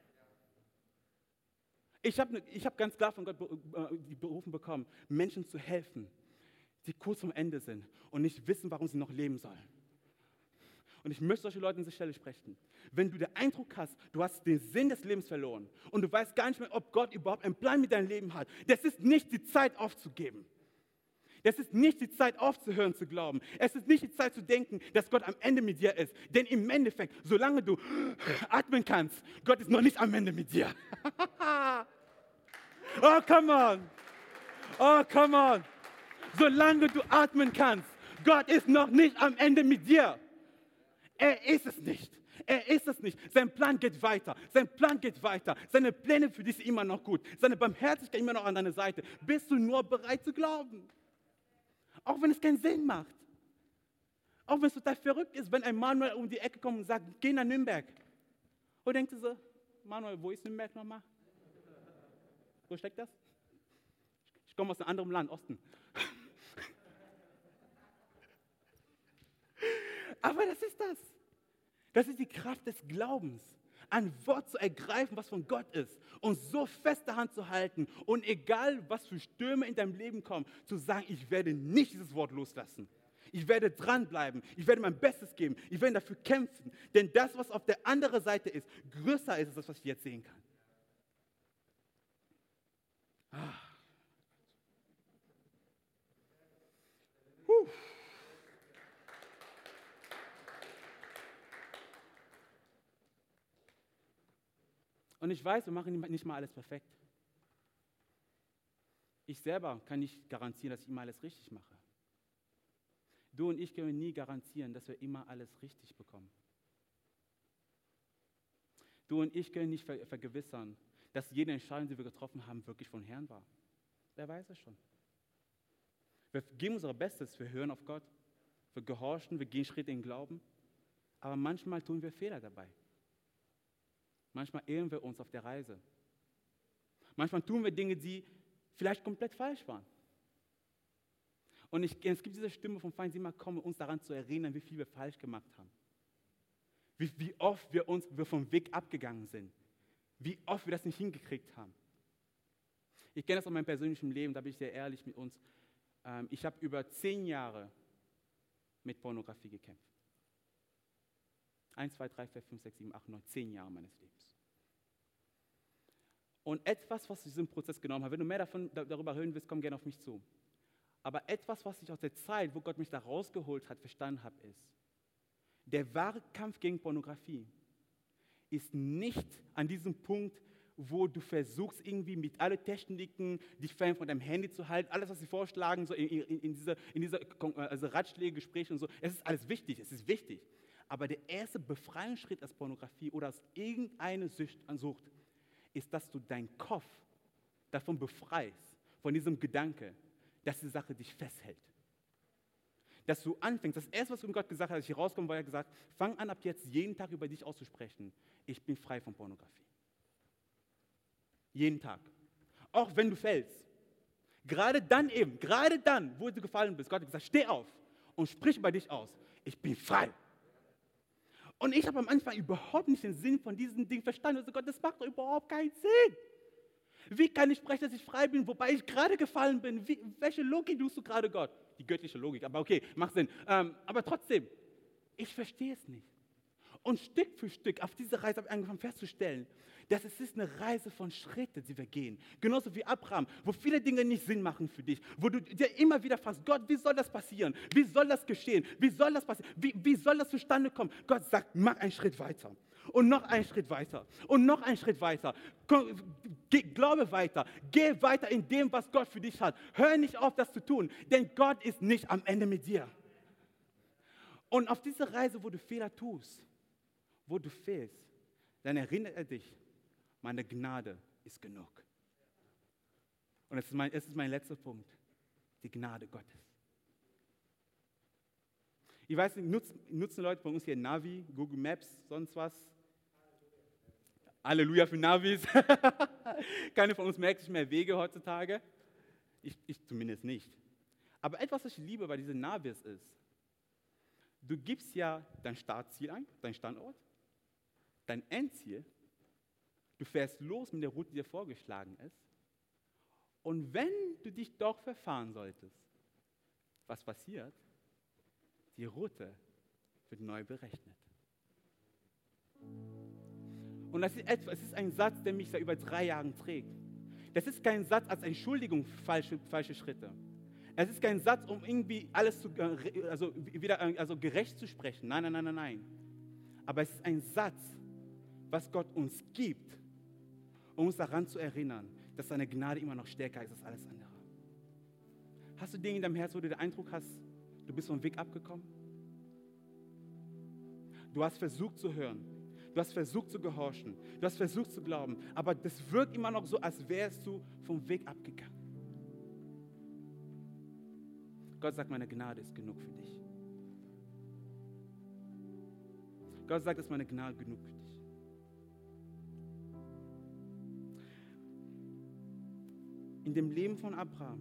Ich hab ganz klar von Gott die berufen bekommen, Menschen zu helfen, die kurz vorm Ende sind und nicht wissen, warum sie noch leben sollen. Und ich möchte solche Leute an dieser Stelle sprechen. Wenn du den Eindruck hast, du hast den Sinn des Lebens verloren und du weißt gar nicht mehr, ob Gott überhaupt einen Plan mit deinem Leben hat, das ist nicht die Zeit aufzugeben. Das ist nicht die Zeit aufzuhören zu glauben. Es ist nicht die Zeit zu denken, dass Gott am Ende mit dir ist. Denn im Endeffekt, solange du atmen kannst, Gott ist noch nicht am Ende mit dir. Oh, come on. Oh, come on. Solange du atmen kannst, Gott ist noch nicht am Ende mit dir. Er ist es nicht. Er ist es nicht. Sein Plan geht weiter. Sein Plan geht weiter. Seine Pläne für dich sind immer noch gut. Seine Barmherzigkeit immer noch an deiner Seite. Bist du nur bereit zu glauben? Auch wenn es keinen Sinn macht. Auch wenn es total verrückt ist, wenn ein Manuel um die Ecke kommt und sagt, geh nach Nürnberg. Und denkst du so, Manuel, wo ist Nürnberg nochmal? Wo steckt das? Ich komme aus einem anderen Land, Osten. Aber das ist das. Das ist die Kraft des Glaubens. Ein Wort zu ergreifen, was von Gott ist und so feste Hand zu halten und egal, was für Stürme in deinem Leben kommen, zu sagen, ich werde nicht dieses Wort loslassen. Ich werde dranbleiben, ich werde mein Bestes geben, ich werde dafür kämpfen, denn das, was auf der anderen Seite ist, größer ist als das, was ich jetzt sehen kann. Und ich weiß, wir machen nicht mal alles perfekt. Ich selber kann nicht garantieren, dass ich immer alles richtig mache. Du und ich können nie garantieren, dass wir immer alles richtig bekommen. Du und ich können nicht vergewissern, dass jede Entscheidung, die wir getroffen haben, wirklich von Herrn war. Wer weiß es schon. Wir geben unser Bestes, wir hören auf Gott, wir gehorchen, wir gehen Schritte in Glauben, aber manchmal tun wir Fehler dabei. Manchmal irren wir uns auf der Reise. Manchmal tun wir Dinge, die vielleicht komplett falsch waren. Und es gibt diese Stimme vom Feind, die immer kommen, uns daran zu erinnern, wie viel wir falsch gemacht haben. Wie oft wir vom Weg abgegangen sind. Wie oft wir das nicht hingekriegt haben. Ich kenne das aus meinem persönlichen Leben, da bin ich sehr ehrlich mit uns. Ich habe über 10 Jahre mit Pornografie gekämpft. 1, 2, 3, 4, 5, 6, 7, 8, 9, 10 Jahre meines Lebens. Und etwas, was ich in diesem Prozess genommen habe, wenn du mehr darüber hören willst, komm gerne auf mich zu. Aber etwas, was ich aus der Zeit, wo Gott mich da rausgeholt hat, verstanden habe, ist, der wahre Kampf gegen Pornografie ist nicht an diesem Punkt, wo du versuchst, irgendwie mit allen Techniken dich fern von deinem Handy zu halten, alles, was sie vorschlagen, so in diese also Ratschläge, Gespräche und so, es ist alles wichtig, es ist wichtig. Aber der erste Befreiungsschritt aus Pornografie oder aus irgendeiner Sucht ist, dass du deinen Kopf davon befreist, von diesem Gedanke, dass die Sache dich festhält. Dass du anfängst, das erste, was Gott gesagt hat, als ich hier rauskomme, war er gesagt, fang an, ab jetzt jeden Tag über dich auszusprechen, ich bin frei von Pornografie. Jeden Tag. Auch wenn du fällst. Gerade dann, wo du gefallen bist, Gott hat gesagt, steh auf und sprich über dich aus, ich bin frei. Und ich habe am Anfang überhaupt nicht den Sinn von diesem Ding verstanden. Also Gott, das macht doch überhaupt keinen Sinn. Wie kann ich sprechen, dass ich frei bin, wobei ich gerade gefallen bin? Welche Logik tust du gerade, Gott? Die göttliche Logik, aber okay, macht Sinn. Aber trotzdem, Ich verstehe es nicht. Und Stück für Stück auf diese Reise habe ich angefangen festzustellen, dass es ist eine Reise von Schritten, die wir gehen. Genauso wie Abraham, wo viele Dinge nicht Sinn machen für dich, wo du dir immer wieder fragst, Gott, wie soll das passieren? Wie soll das geschehen? Wie soll das passieren? Wie soll das zustande kommen? Gott sagt, mach einen Schritt weiter. Und noch einen Schritt weiter. Und noch einen Schritt weiter. Glaube weiter. Geh weiter in dem, was Gott für dich hat. Hör nicht auf, das zu tun, denn Gott ist nicht am Ende mit dir. Und auf dieser Reise, wo du Fehler tust, wo du fehlst, dann erinnert er dich, meine Gnade ist genug. Und es ist mein letzter Punkt, die Gnade Gottes. Ich weiß nicht, nutzen Leute bei uns hier Navi, Google Maps, sonst was? Halleluja für Navis. Keiner von uns merkt sich mehr Wege heutzutage. Ich zumindest nicht. Aber etwas, was ich liebe bei diesen Navis ist, du gibst ja dein Startziel ein, dein Standort, dein Endziel, du fährst los mit der Route, die dir vorgeschlagen ist. Und wenn du dich doch verfahren solltest, was passiert? Die Route wird neu berechnet. Und es ist ein Satz, der mich seit über 3 Jahren trägt. Das ist kein Satz als Entschuldigung für falsche Schritte. Es ist kein Satz, um irgendwie alles gerecht zu sprechen. Nein. Aber es ist ein Satz, was Gott uns gibt, um uns daran zu erinnern, dass seine Gnade immer noch stärker ist als alles andere. Hast du Dinge in deinem Herz, wo du den Eindruck hast, du bist vom Weg abgekommen? Du hast versucht zu hören, du hast versucht zu gehorchen, du hast versucht zu glauben, aber das wirkt immer noch so, als wärst du vom Weg abgegangen. Gott sagt, meine Gnade ist genug für dich. Gott sagt, dass meine Gnade genug für dich. In dem Leben von Abraham,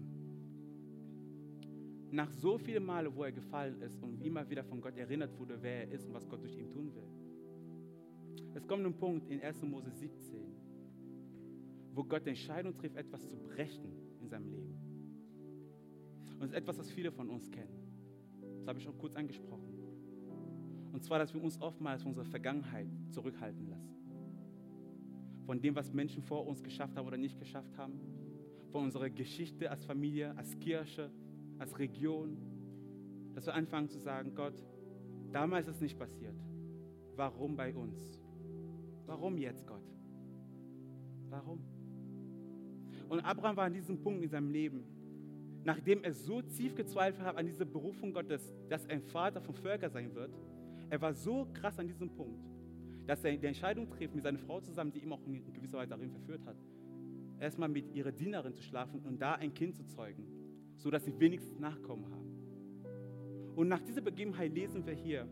nach so vielen Male, wo er gefallen ist und immer wieder von Gott erinnert wurde, wer er ist und was Gott durch ihn tun will. Es kommt ein Punkt in 1. Mose 17, wo Gott die Entscheidung trifft, etwas zu brechen in seinem Leben. Und es ist etwas, was viele von uns kennen. Das habe ich schon kurz angesprochen. Und zwar, dass wir uns oftmals von unserer Vergangenheit zurückhalten lassen. Von dem, was Menschen vor uns geschafft haben oder nicht geschafft haben. Von unserer Geschichte als Familie, als Kirche, als Region. Dass wir anfangen zu sagen, Gott, damals ist es nicht passiert. Warum bei uns? Warum jetzt, Gott? Warum? Und Abraham war an diesem Punkt in seinem Leben, nachdem er so tief gezweifelt hat an diese Berufung Gottes, dass er ein Vater von Völkern sein wird, er war so krass an diesem Punkt, dass er die Entscheidung trifft, mit seiner Frau zusammen, die ihm auch in gewisser Weise darin verführt hat, erstmal mit ihrer Dienerin zu schlafen und da ein Kind zu zeugen, sodass sie wenigstens Nachkommen haben. Und nach dieser Begebenheit lesen wir hier,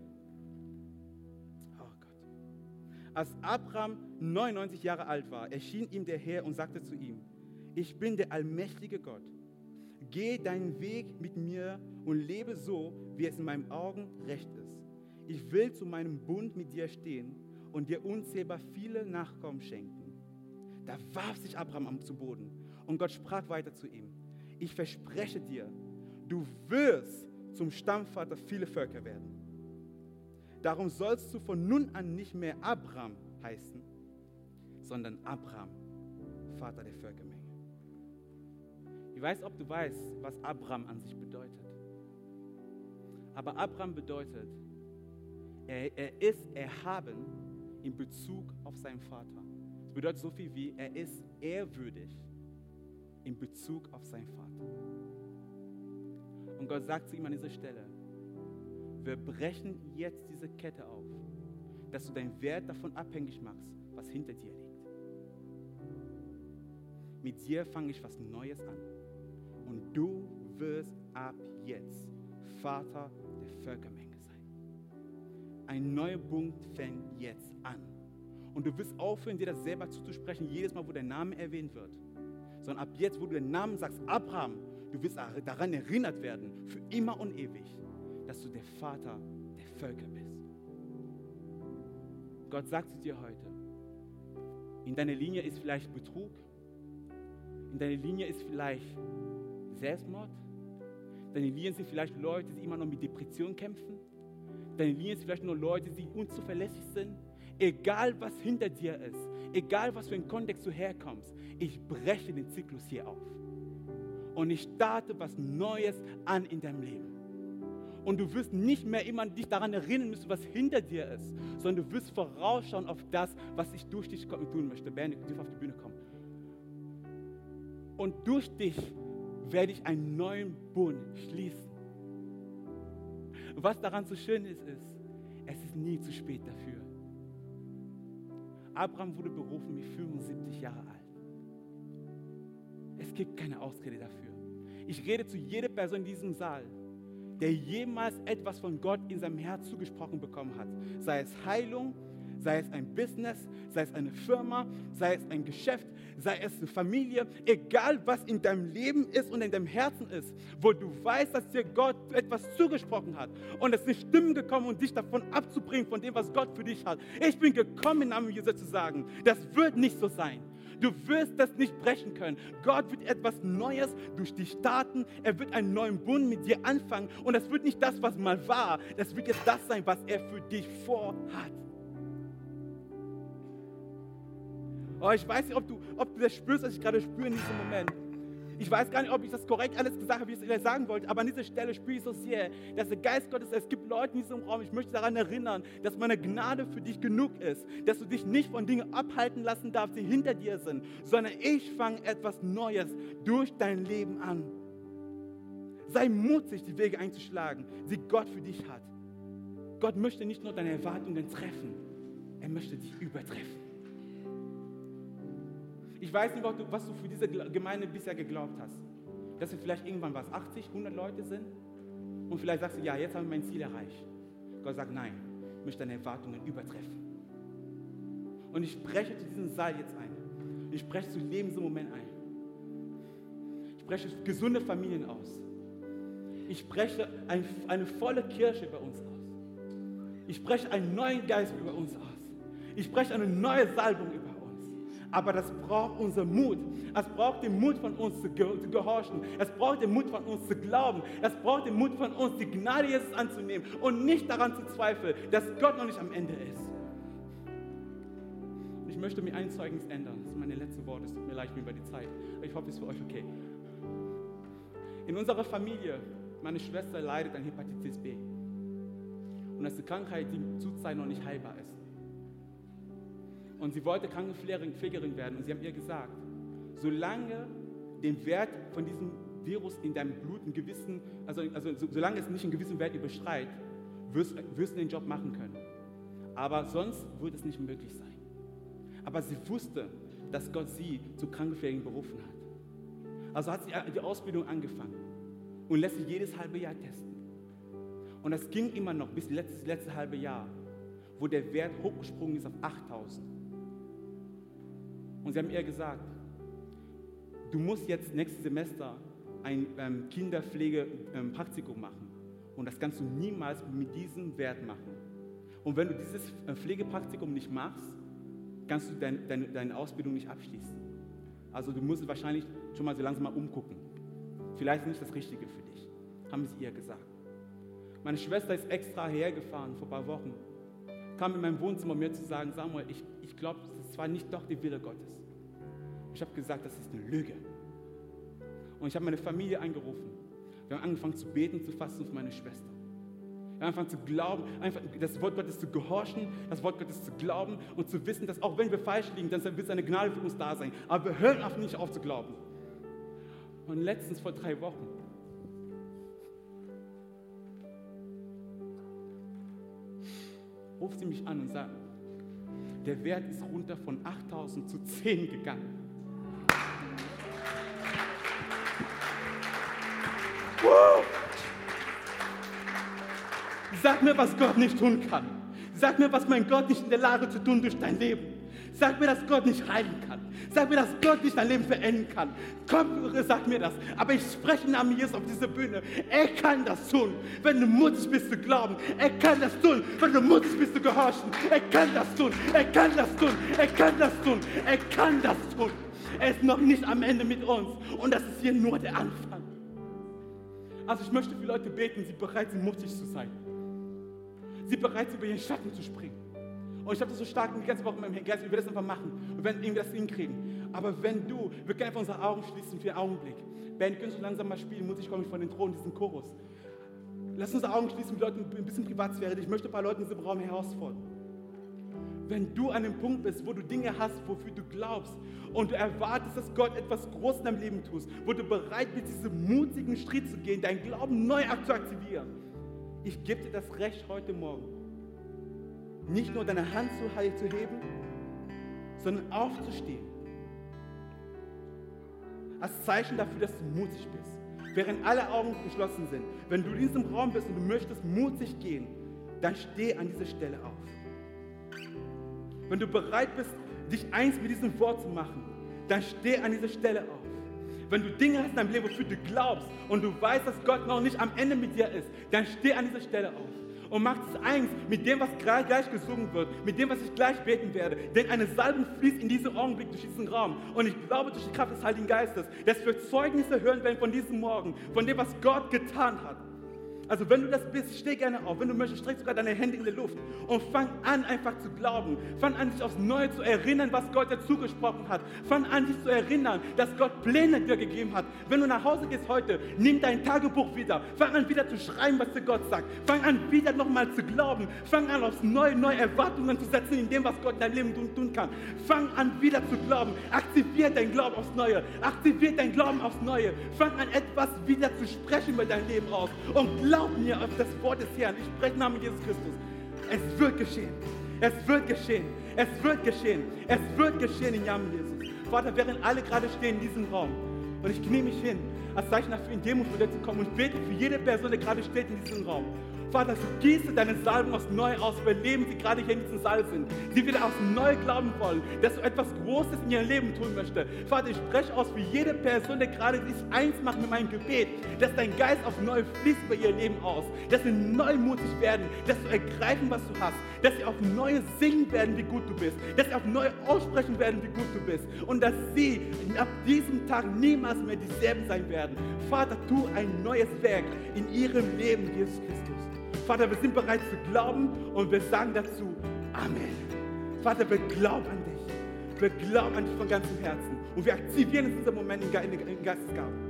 oh Gott, als Abraham 99 Jahre alt war, erschien ihm der Herr und sagte zu ihm, ich bin der allmächtige Gott. Geh deinen Weg mit mir und lebe so, wie es in meinen Augen recht ist. Ich will zu meinem Bund mit dir stehen und dir unzählbar viele Nachkommen schenken. Da warf sich Abraham zu Boden und Gott sprach weiter zu ihm. Ich verspreche dir, du wirst zum Stammvater vieler Völker werden. Darum sollst du von nun an nicht mehr Abraham heißen, sondern Abraham, Vater der Völkermenge. Ich weiß, ob du weißt, was Abraham an sich bedeutet. Aber Abraham bedeutet, er ist erhaben in Bezug auf seinen Vater. Das bedeutet so viel wie, er ist ehrwürdig in Bezug auf seinen Vater. Und Gott sagt zu ihm an dieser Stelle, wir brechen jetzt diese Kette auf, dass du deinen Wert davon abhängig machst, was hinter dir liegt. Mit dir fange ich was Neues an. Und du wirst ab jetzt Vater der Völkermenge sein. Ein neuer Punkt fängt jetzt an. Und du wirst aufhören, dir das selber zuzusprechen, jedes Mal, wo der Name erwähnt wird. Sondern ab jetzt, wo du den Namen sagst, Abraham, du wirst daran erinnert werden, für immer und ewig, dass du der Vater der Völker bist. Gott sagt zu dir heute, in deiner Linie ist vielleicht Betrug, in deiner Linie ist vielleicht Selbstmord, deine Linien sind vielleicht Leute, die immer noch mit Depression kämpfen, deine Linie ist vielleicht nur Leute, die unzuverlässig sind. Egal, was hinter dir ist, egal, was für einen Kontext du herkommst, ich breche den Zyklus hier auf. Und ich starte was Neues an in deinem Leben. Und du wirst nicht mehr immer dich daran erinnern müssen, was hinter dir ist, sondern du wirst vorausschauen auf das, was ich durch dich tun möchte. Band, du darfst auf die Bühne kommen. Und durch dich werde ich einen neuen Bund schließen. Was daran so schön ist, es ist nie zu spät dafür. Abraham wurde berufen mit 75 Jahre alt. Es gibt keine Ausrede dafür. Ich rede zu jeder Person in diesem Saal, der jemals etwas von Gott in seinem Herz zugesprochen bekommen hat. Sei es Heilung, sei es ein Business, sei es eine Firma, sei es ein Geschäft, sei es eine Familie, egal was in deinem Leben ist und in deinem Herzen ist, wo du weißt, dass dir Gott etwas zugesprochen hat und es sind Stimmen gekommen, um dich davon abzubringen, von dem, was Gott für dich hat. Ich bin gekommen, im Namen Jesu zu sagen, das wird nicht so sein. Du wirst das nicht brechen können. Gott wird etwas Neues durch dich starten. Er wird einen neuen Bund mit dir anfangen. Und das wird nicht das, was mal war. Das wird jetzt das sein, was er für dich vorhat. Oh, ich weiß nicht, ob du das spürst, was ich gerade spüre in diesem Moment. Ich weiß gar nicht, ob ich das korrekt alles gesagt habe, wie ich es sagen wollte, aber an dieser Stelle spüre ich so sehr, dass der Geist Gottes, es gibt Leute in diesem Raum, ich möchte daran erinnern, dass meine Gnade für dich genug ist, dass du dich nicht von Dingen abhalten lassen darfst, die hinter dir sind, sondern ich fange etwas Neues durch dein Leben an. Sei mutig, die Wege einzuschlagen, die Gott für dich hat. Gott möchte nicht nur deine Erwartungen treffen, er möchte dich übertreffen. Ich weiß nicht, was du für diese Gemeinde bisher geglaubt hast. Dass wir vielleicht irgendwann 80, 100 Leute sind. Und vielleicht sagst du, ja, jetzt habe ich mein Ziel erreicht. Gott sagt, nein, ich möchte deine Erwartungen übertreffen. Und ich spreche zu diesem Saal jetzt ein. Ich spreche zu Leben im Moment ein. Ich spreche gesunde Familien aus. Ich spreche eine volle Kirche über uns aus. Ich spreche einen neuen Geist über uns aus. Ich spreche eine neue Salbung über uns. Aber das braucht unseren Mut. Es braucht den Mut von uns zu gehorchen. Es braucht den Mut von uns zu glauben. Es braucht den Mut von uns, die Gnade Jesus anzunehmen und nicht daran zu zweifeln, dass Gott noch nicht am Ende ist. Und ich möchte mir ein Zeugnis ändern. Das sind meine letzten Worte. Es tut mir leid, ich bin über die Zeit. Aber ich hoffe, es ist für euch okay. In unserer Familie, meine Schwester leidet an Hepatitis B. Und das ist eine Krankheit, die zurzeit noch nicht heilbar ist. Und sie wollte Krankenpflegerin werden. Und sie haben ihr gesagt, solange den Wert von diesem Virus in deinem Blut einen gewissen, solange es nicht einen gewissen Wert überschreitet, wirst du den Job machen können. Aber sonst wird es nicht möglich sein. Aber sie wusste, dass Gott sie zur Krankenpflegerin berufen hat. Also hat sie die Ausbildung angefangen und lässt sie jedes halbe Jahr testen. Und das ging immer noch bis letzte halbe Jahr, wo der Wert hochgesprungen ist auf 8.000. Und sie haben ihr gesagt, du musst jetzt nächstes Semester ein Kinderpflegepraktikum machen. Und das kannst du niemals mit diesem Wert machen. Und wenn du dieses Pflegepraktikum nicht machst, kannst du deine Ausbildung nicht abschließen. Also du musst wahrscheinlich schon mal so langsam mal umgucken. Vielleicht ist nicht das Richtige für dich, haben sie ihr gesagt. Meine Schwester ist extra hergefahren vor ein paar Wochen, kam in mein Wohnzimmer mir zu sagen, Samuel, ich glaube, das war nicht doch der Wille Gottes. Ich habe gesagt, das ist eine Lüge. Und ich habe meine Familie angerufen. Wir haben angefangen zu beten, zu fasten für meine Schwester. Wir haben angefangen zu glauben, einfach das Wort Gottes zu gehorchen, das Wort Gottes zu glauben und zu wissen, dass auch wenn wir falsch liegen, dann wird seine Gnade für uns da sein. Aber wir hören auf nicht auf zu glauben. Und letztens vor 3 Wochen ruft sie mich an und sagt, der Wert ist runter von 8.000 zu 10 gegangen. Wow. Sag mir, was Gott nicht tun kann. Sag mir, was mein Gott nicht in der Lage zu tun durch dein Leben. Sag mir, dass Gott nicht heilen kann. Sag mir, dass Gott nicht dein Leben verändern kann. Komm, sag mir das. Aber ich spreche im Namen Jesus auf dieser Bühne. Er kann das tun, wenn du mutig bist zu glauben. Er kann das tun, wenn du mutig bist zu gehorchen. Er kann das tun. Er kann das tun. Er kann das tun. Er kann das tun. Er ist noch nicht am Ende mit uns. Und das ist hier nur der Anfang. Also ich möchte für Leute beten, die bereit sind, mutig zu sein. Sie bereit sind, über ihren Schatten zu springen. Und ich habe das so stark die ganze Woche in meinem Geist, wir werden das einfach machen. Wir werden irgendwie das hinkriegen. Aber wir können einfach unsere Augen schließen für einen Augenblick. Band, kannst du langsam mal spielen, Musik kommt von den Thronen, diesen Chorus. Lass uns Augen schließen mit Leuten, ein bisschen Privatsphäre. Ich möchte ein paar Leute in diesem Raum herausfordern. Wenn du an dem Punkt bist, wo du Dinge hast, wofür du glaubst und du erwartest, dass Gott etwas Großes in deinem Leben tut, wo du bereit bist, diesen mutigen Schritt zu gehen, deinen Glauben neu zu aktivieren, ich gebe dir das Recht heute Morgen, nicht nur deine Hand zu heben, sondern aufzustehen. Als Zeichen dafür, dass du mutig bist. Während alle Augen geschlossen sind, wenn du in diesem Raum bist und du möchtest mutig gehen, dann steh an dieser Stelle auf. Wenn du bereit bist, dich eins mit diesem Wort zu machen, dann steh an dieser Stelle auf. Wenn du Dinge hast in deinem Leben, wofür du glaubst und du weißt, dass Gott noch nicht am Ende mit dir ist, dann steh an dieser Stelle auf. Und mach es eins mit dem, was gleich gesungen wird, mit dem, was ich gleich beten werde. Denn eine Salbung fließt in diesem Augenblick durch diesen Raum. Und ich glaube, durch die Kraft des Heiligen Geistes, dass wir Zeugnisse hören werden von diesem Morgen, von dem, was Gott getan hat. Also wenn du das bist, steh gerne auf. Wenn du möchtest, streck sogar deine Hände in die Luft und fang an, einfach zu glauben. Fang an, dich aufs Neue zu erinnern, was Gott dir zugesprochen hat. Fang an, dich zu erinnern, dass Gott Pläne dir gegeben hat. Wenn du nach Hause gehst heute, nimm dein Tagebuch wieder. Fang an, wieder zu schreiben, was dir Gott sagt. Fang an, wieder nochmal zu glauben. Fang an, aufs Neue Erwartungen zu setzen in dem, was Gott in deinem Leben tun kann. Fang an, wieder zu glauben. Aktivier dein Glauben aufs Neue. Aktivier dein Glauben aufs Neue. Fang an, etwas wieder zu sprechen über dein Leben aus. Und glaub mir auf das Wort des Herrn. Ich spreche im Namen Jesus Christus. Es wird geschehen. Es wird geschehen. Es wird geschehen. Es wird geschehen im Namen Jesus. Vater, während alle gerade stehen in diesem Raum und ich knie mich hin, als Zeichen dafür, in Demut vor dir zu kommen und bete für jede Person, die gerade steht in diesem Raum. Vater, so gieße deine Salbung aufs Neue aus, über Leben, die gerade hier in diesem Saal sind. Sie wieder aufs Neue glauben wollen, dass du etwas Großes in ihrem Leben tun möchtest. Vater, ich spreche aus für jede Person, die gerade sich eins macht mit meinem Gebet, dass dein Geist aufs Neue fließt über ihr Leben aus. Dass sie neumutig werden, dass sie ergreifen, was du hast. Dass sie auf Neue singen werden, wie gut du bist. Dass sie auf Neue aussprechen werden, wie gut du bist. Und dass sie ab diesem Tag niemals mehr dieselben sein werden. Vater, tu ein neues Werk in ihrem Leben, Jesus Christus. Vater, wir sind bereit zu glauben und wir sagen dazu Amen. Vater, wir glauben an dich. Wir glauben an dich von ganzem Herzen. Und wir aktivieren in diesem Moment in Geistesgaben.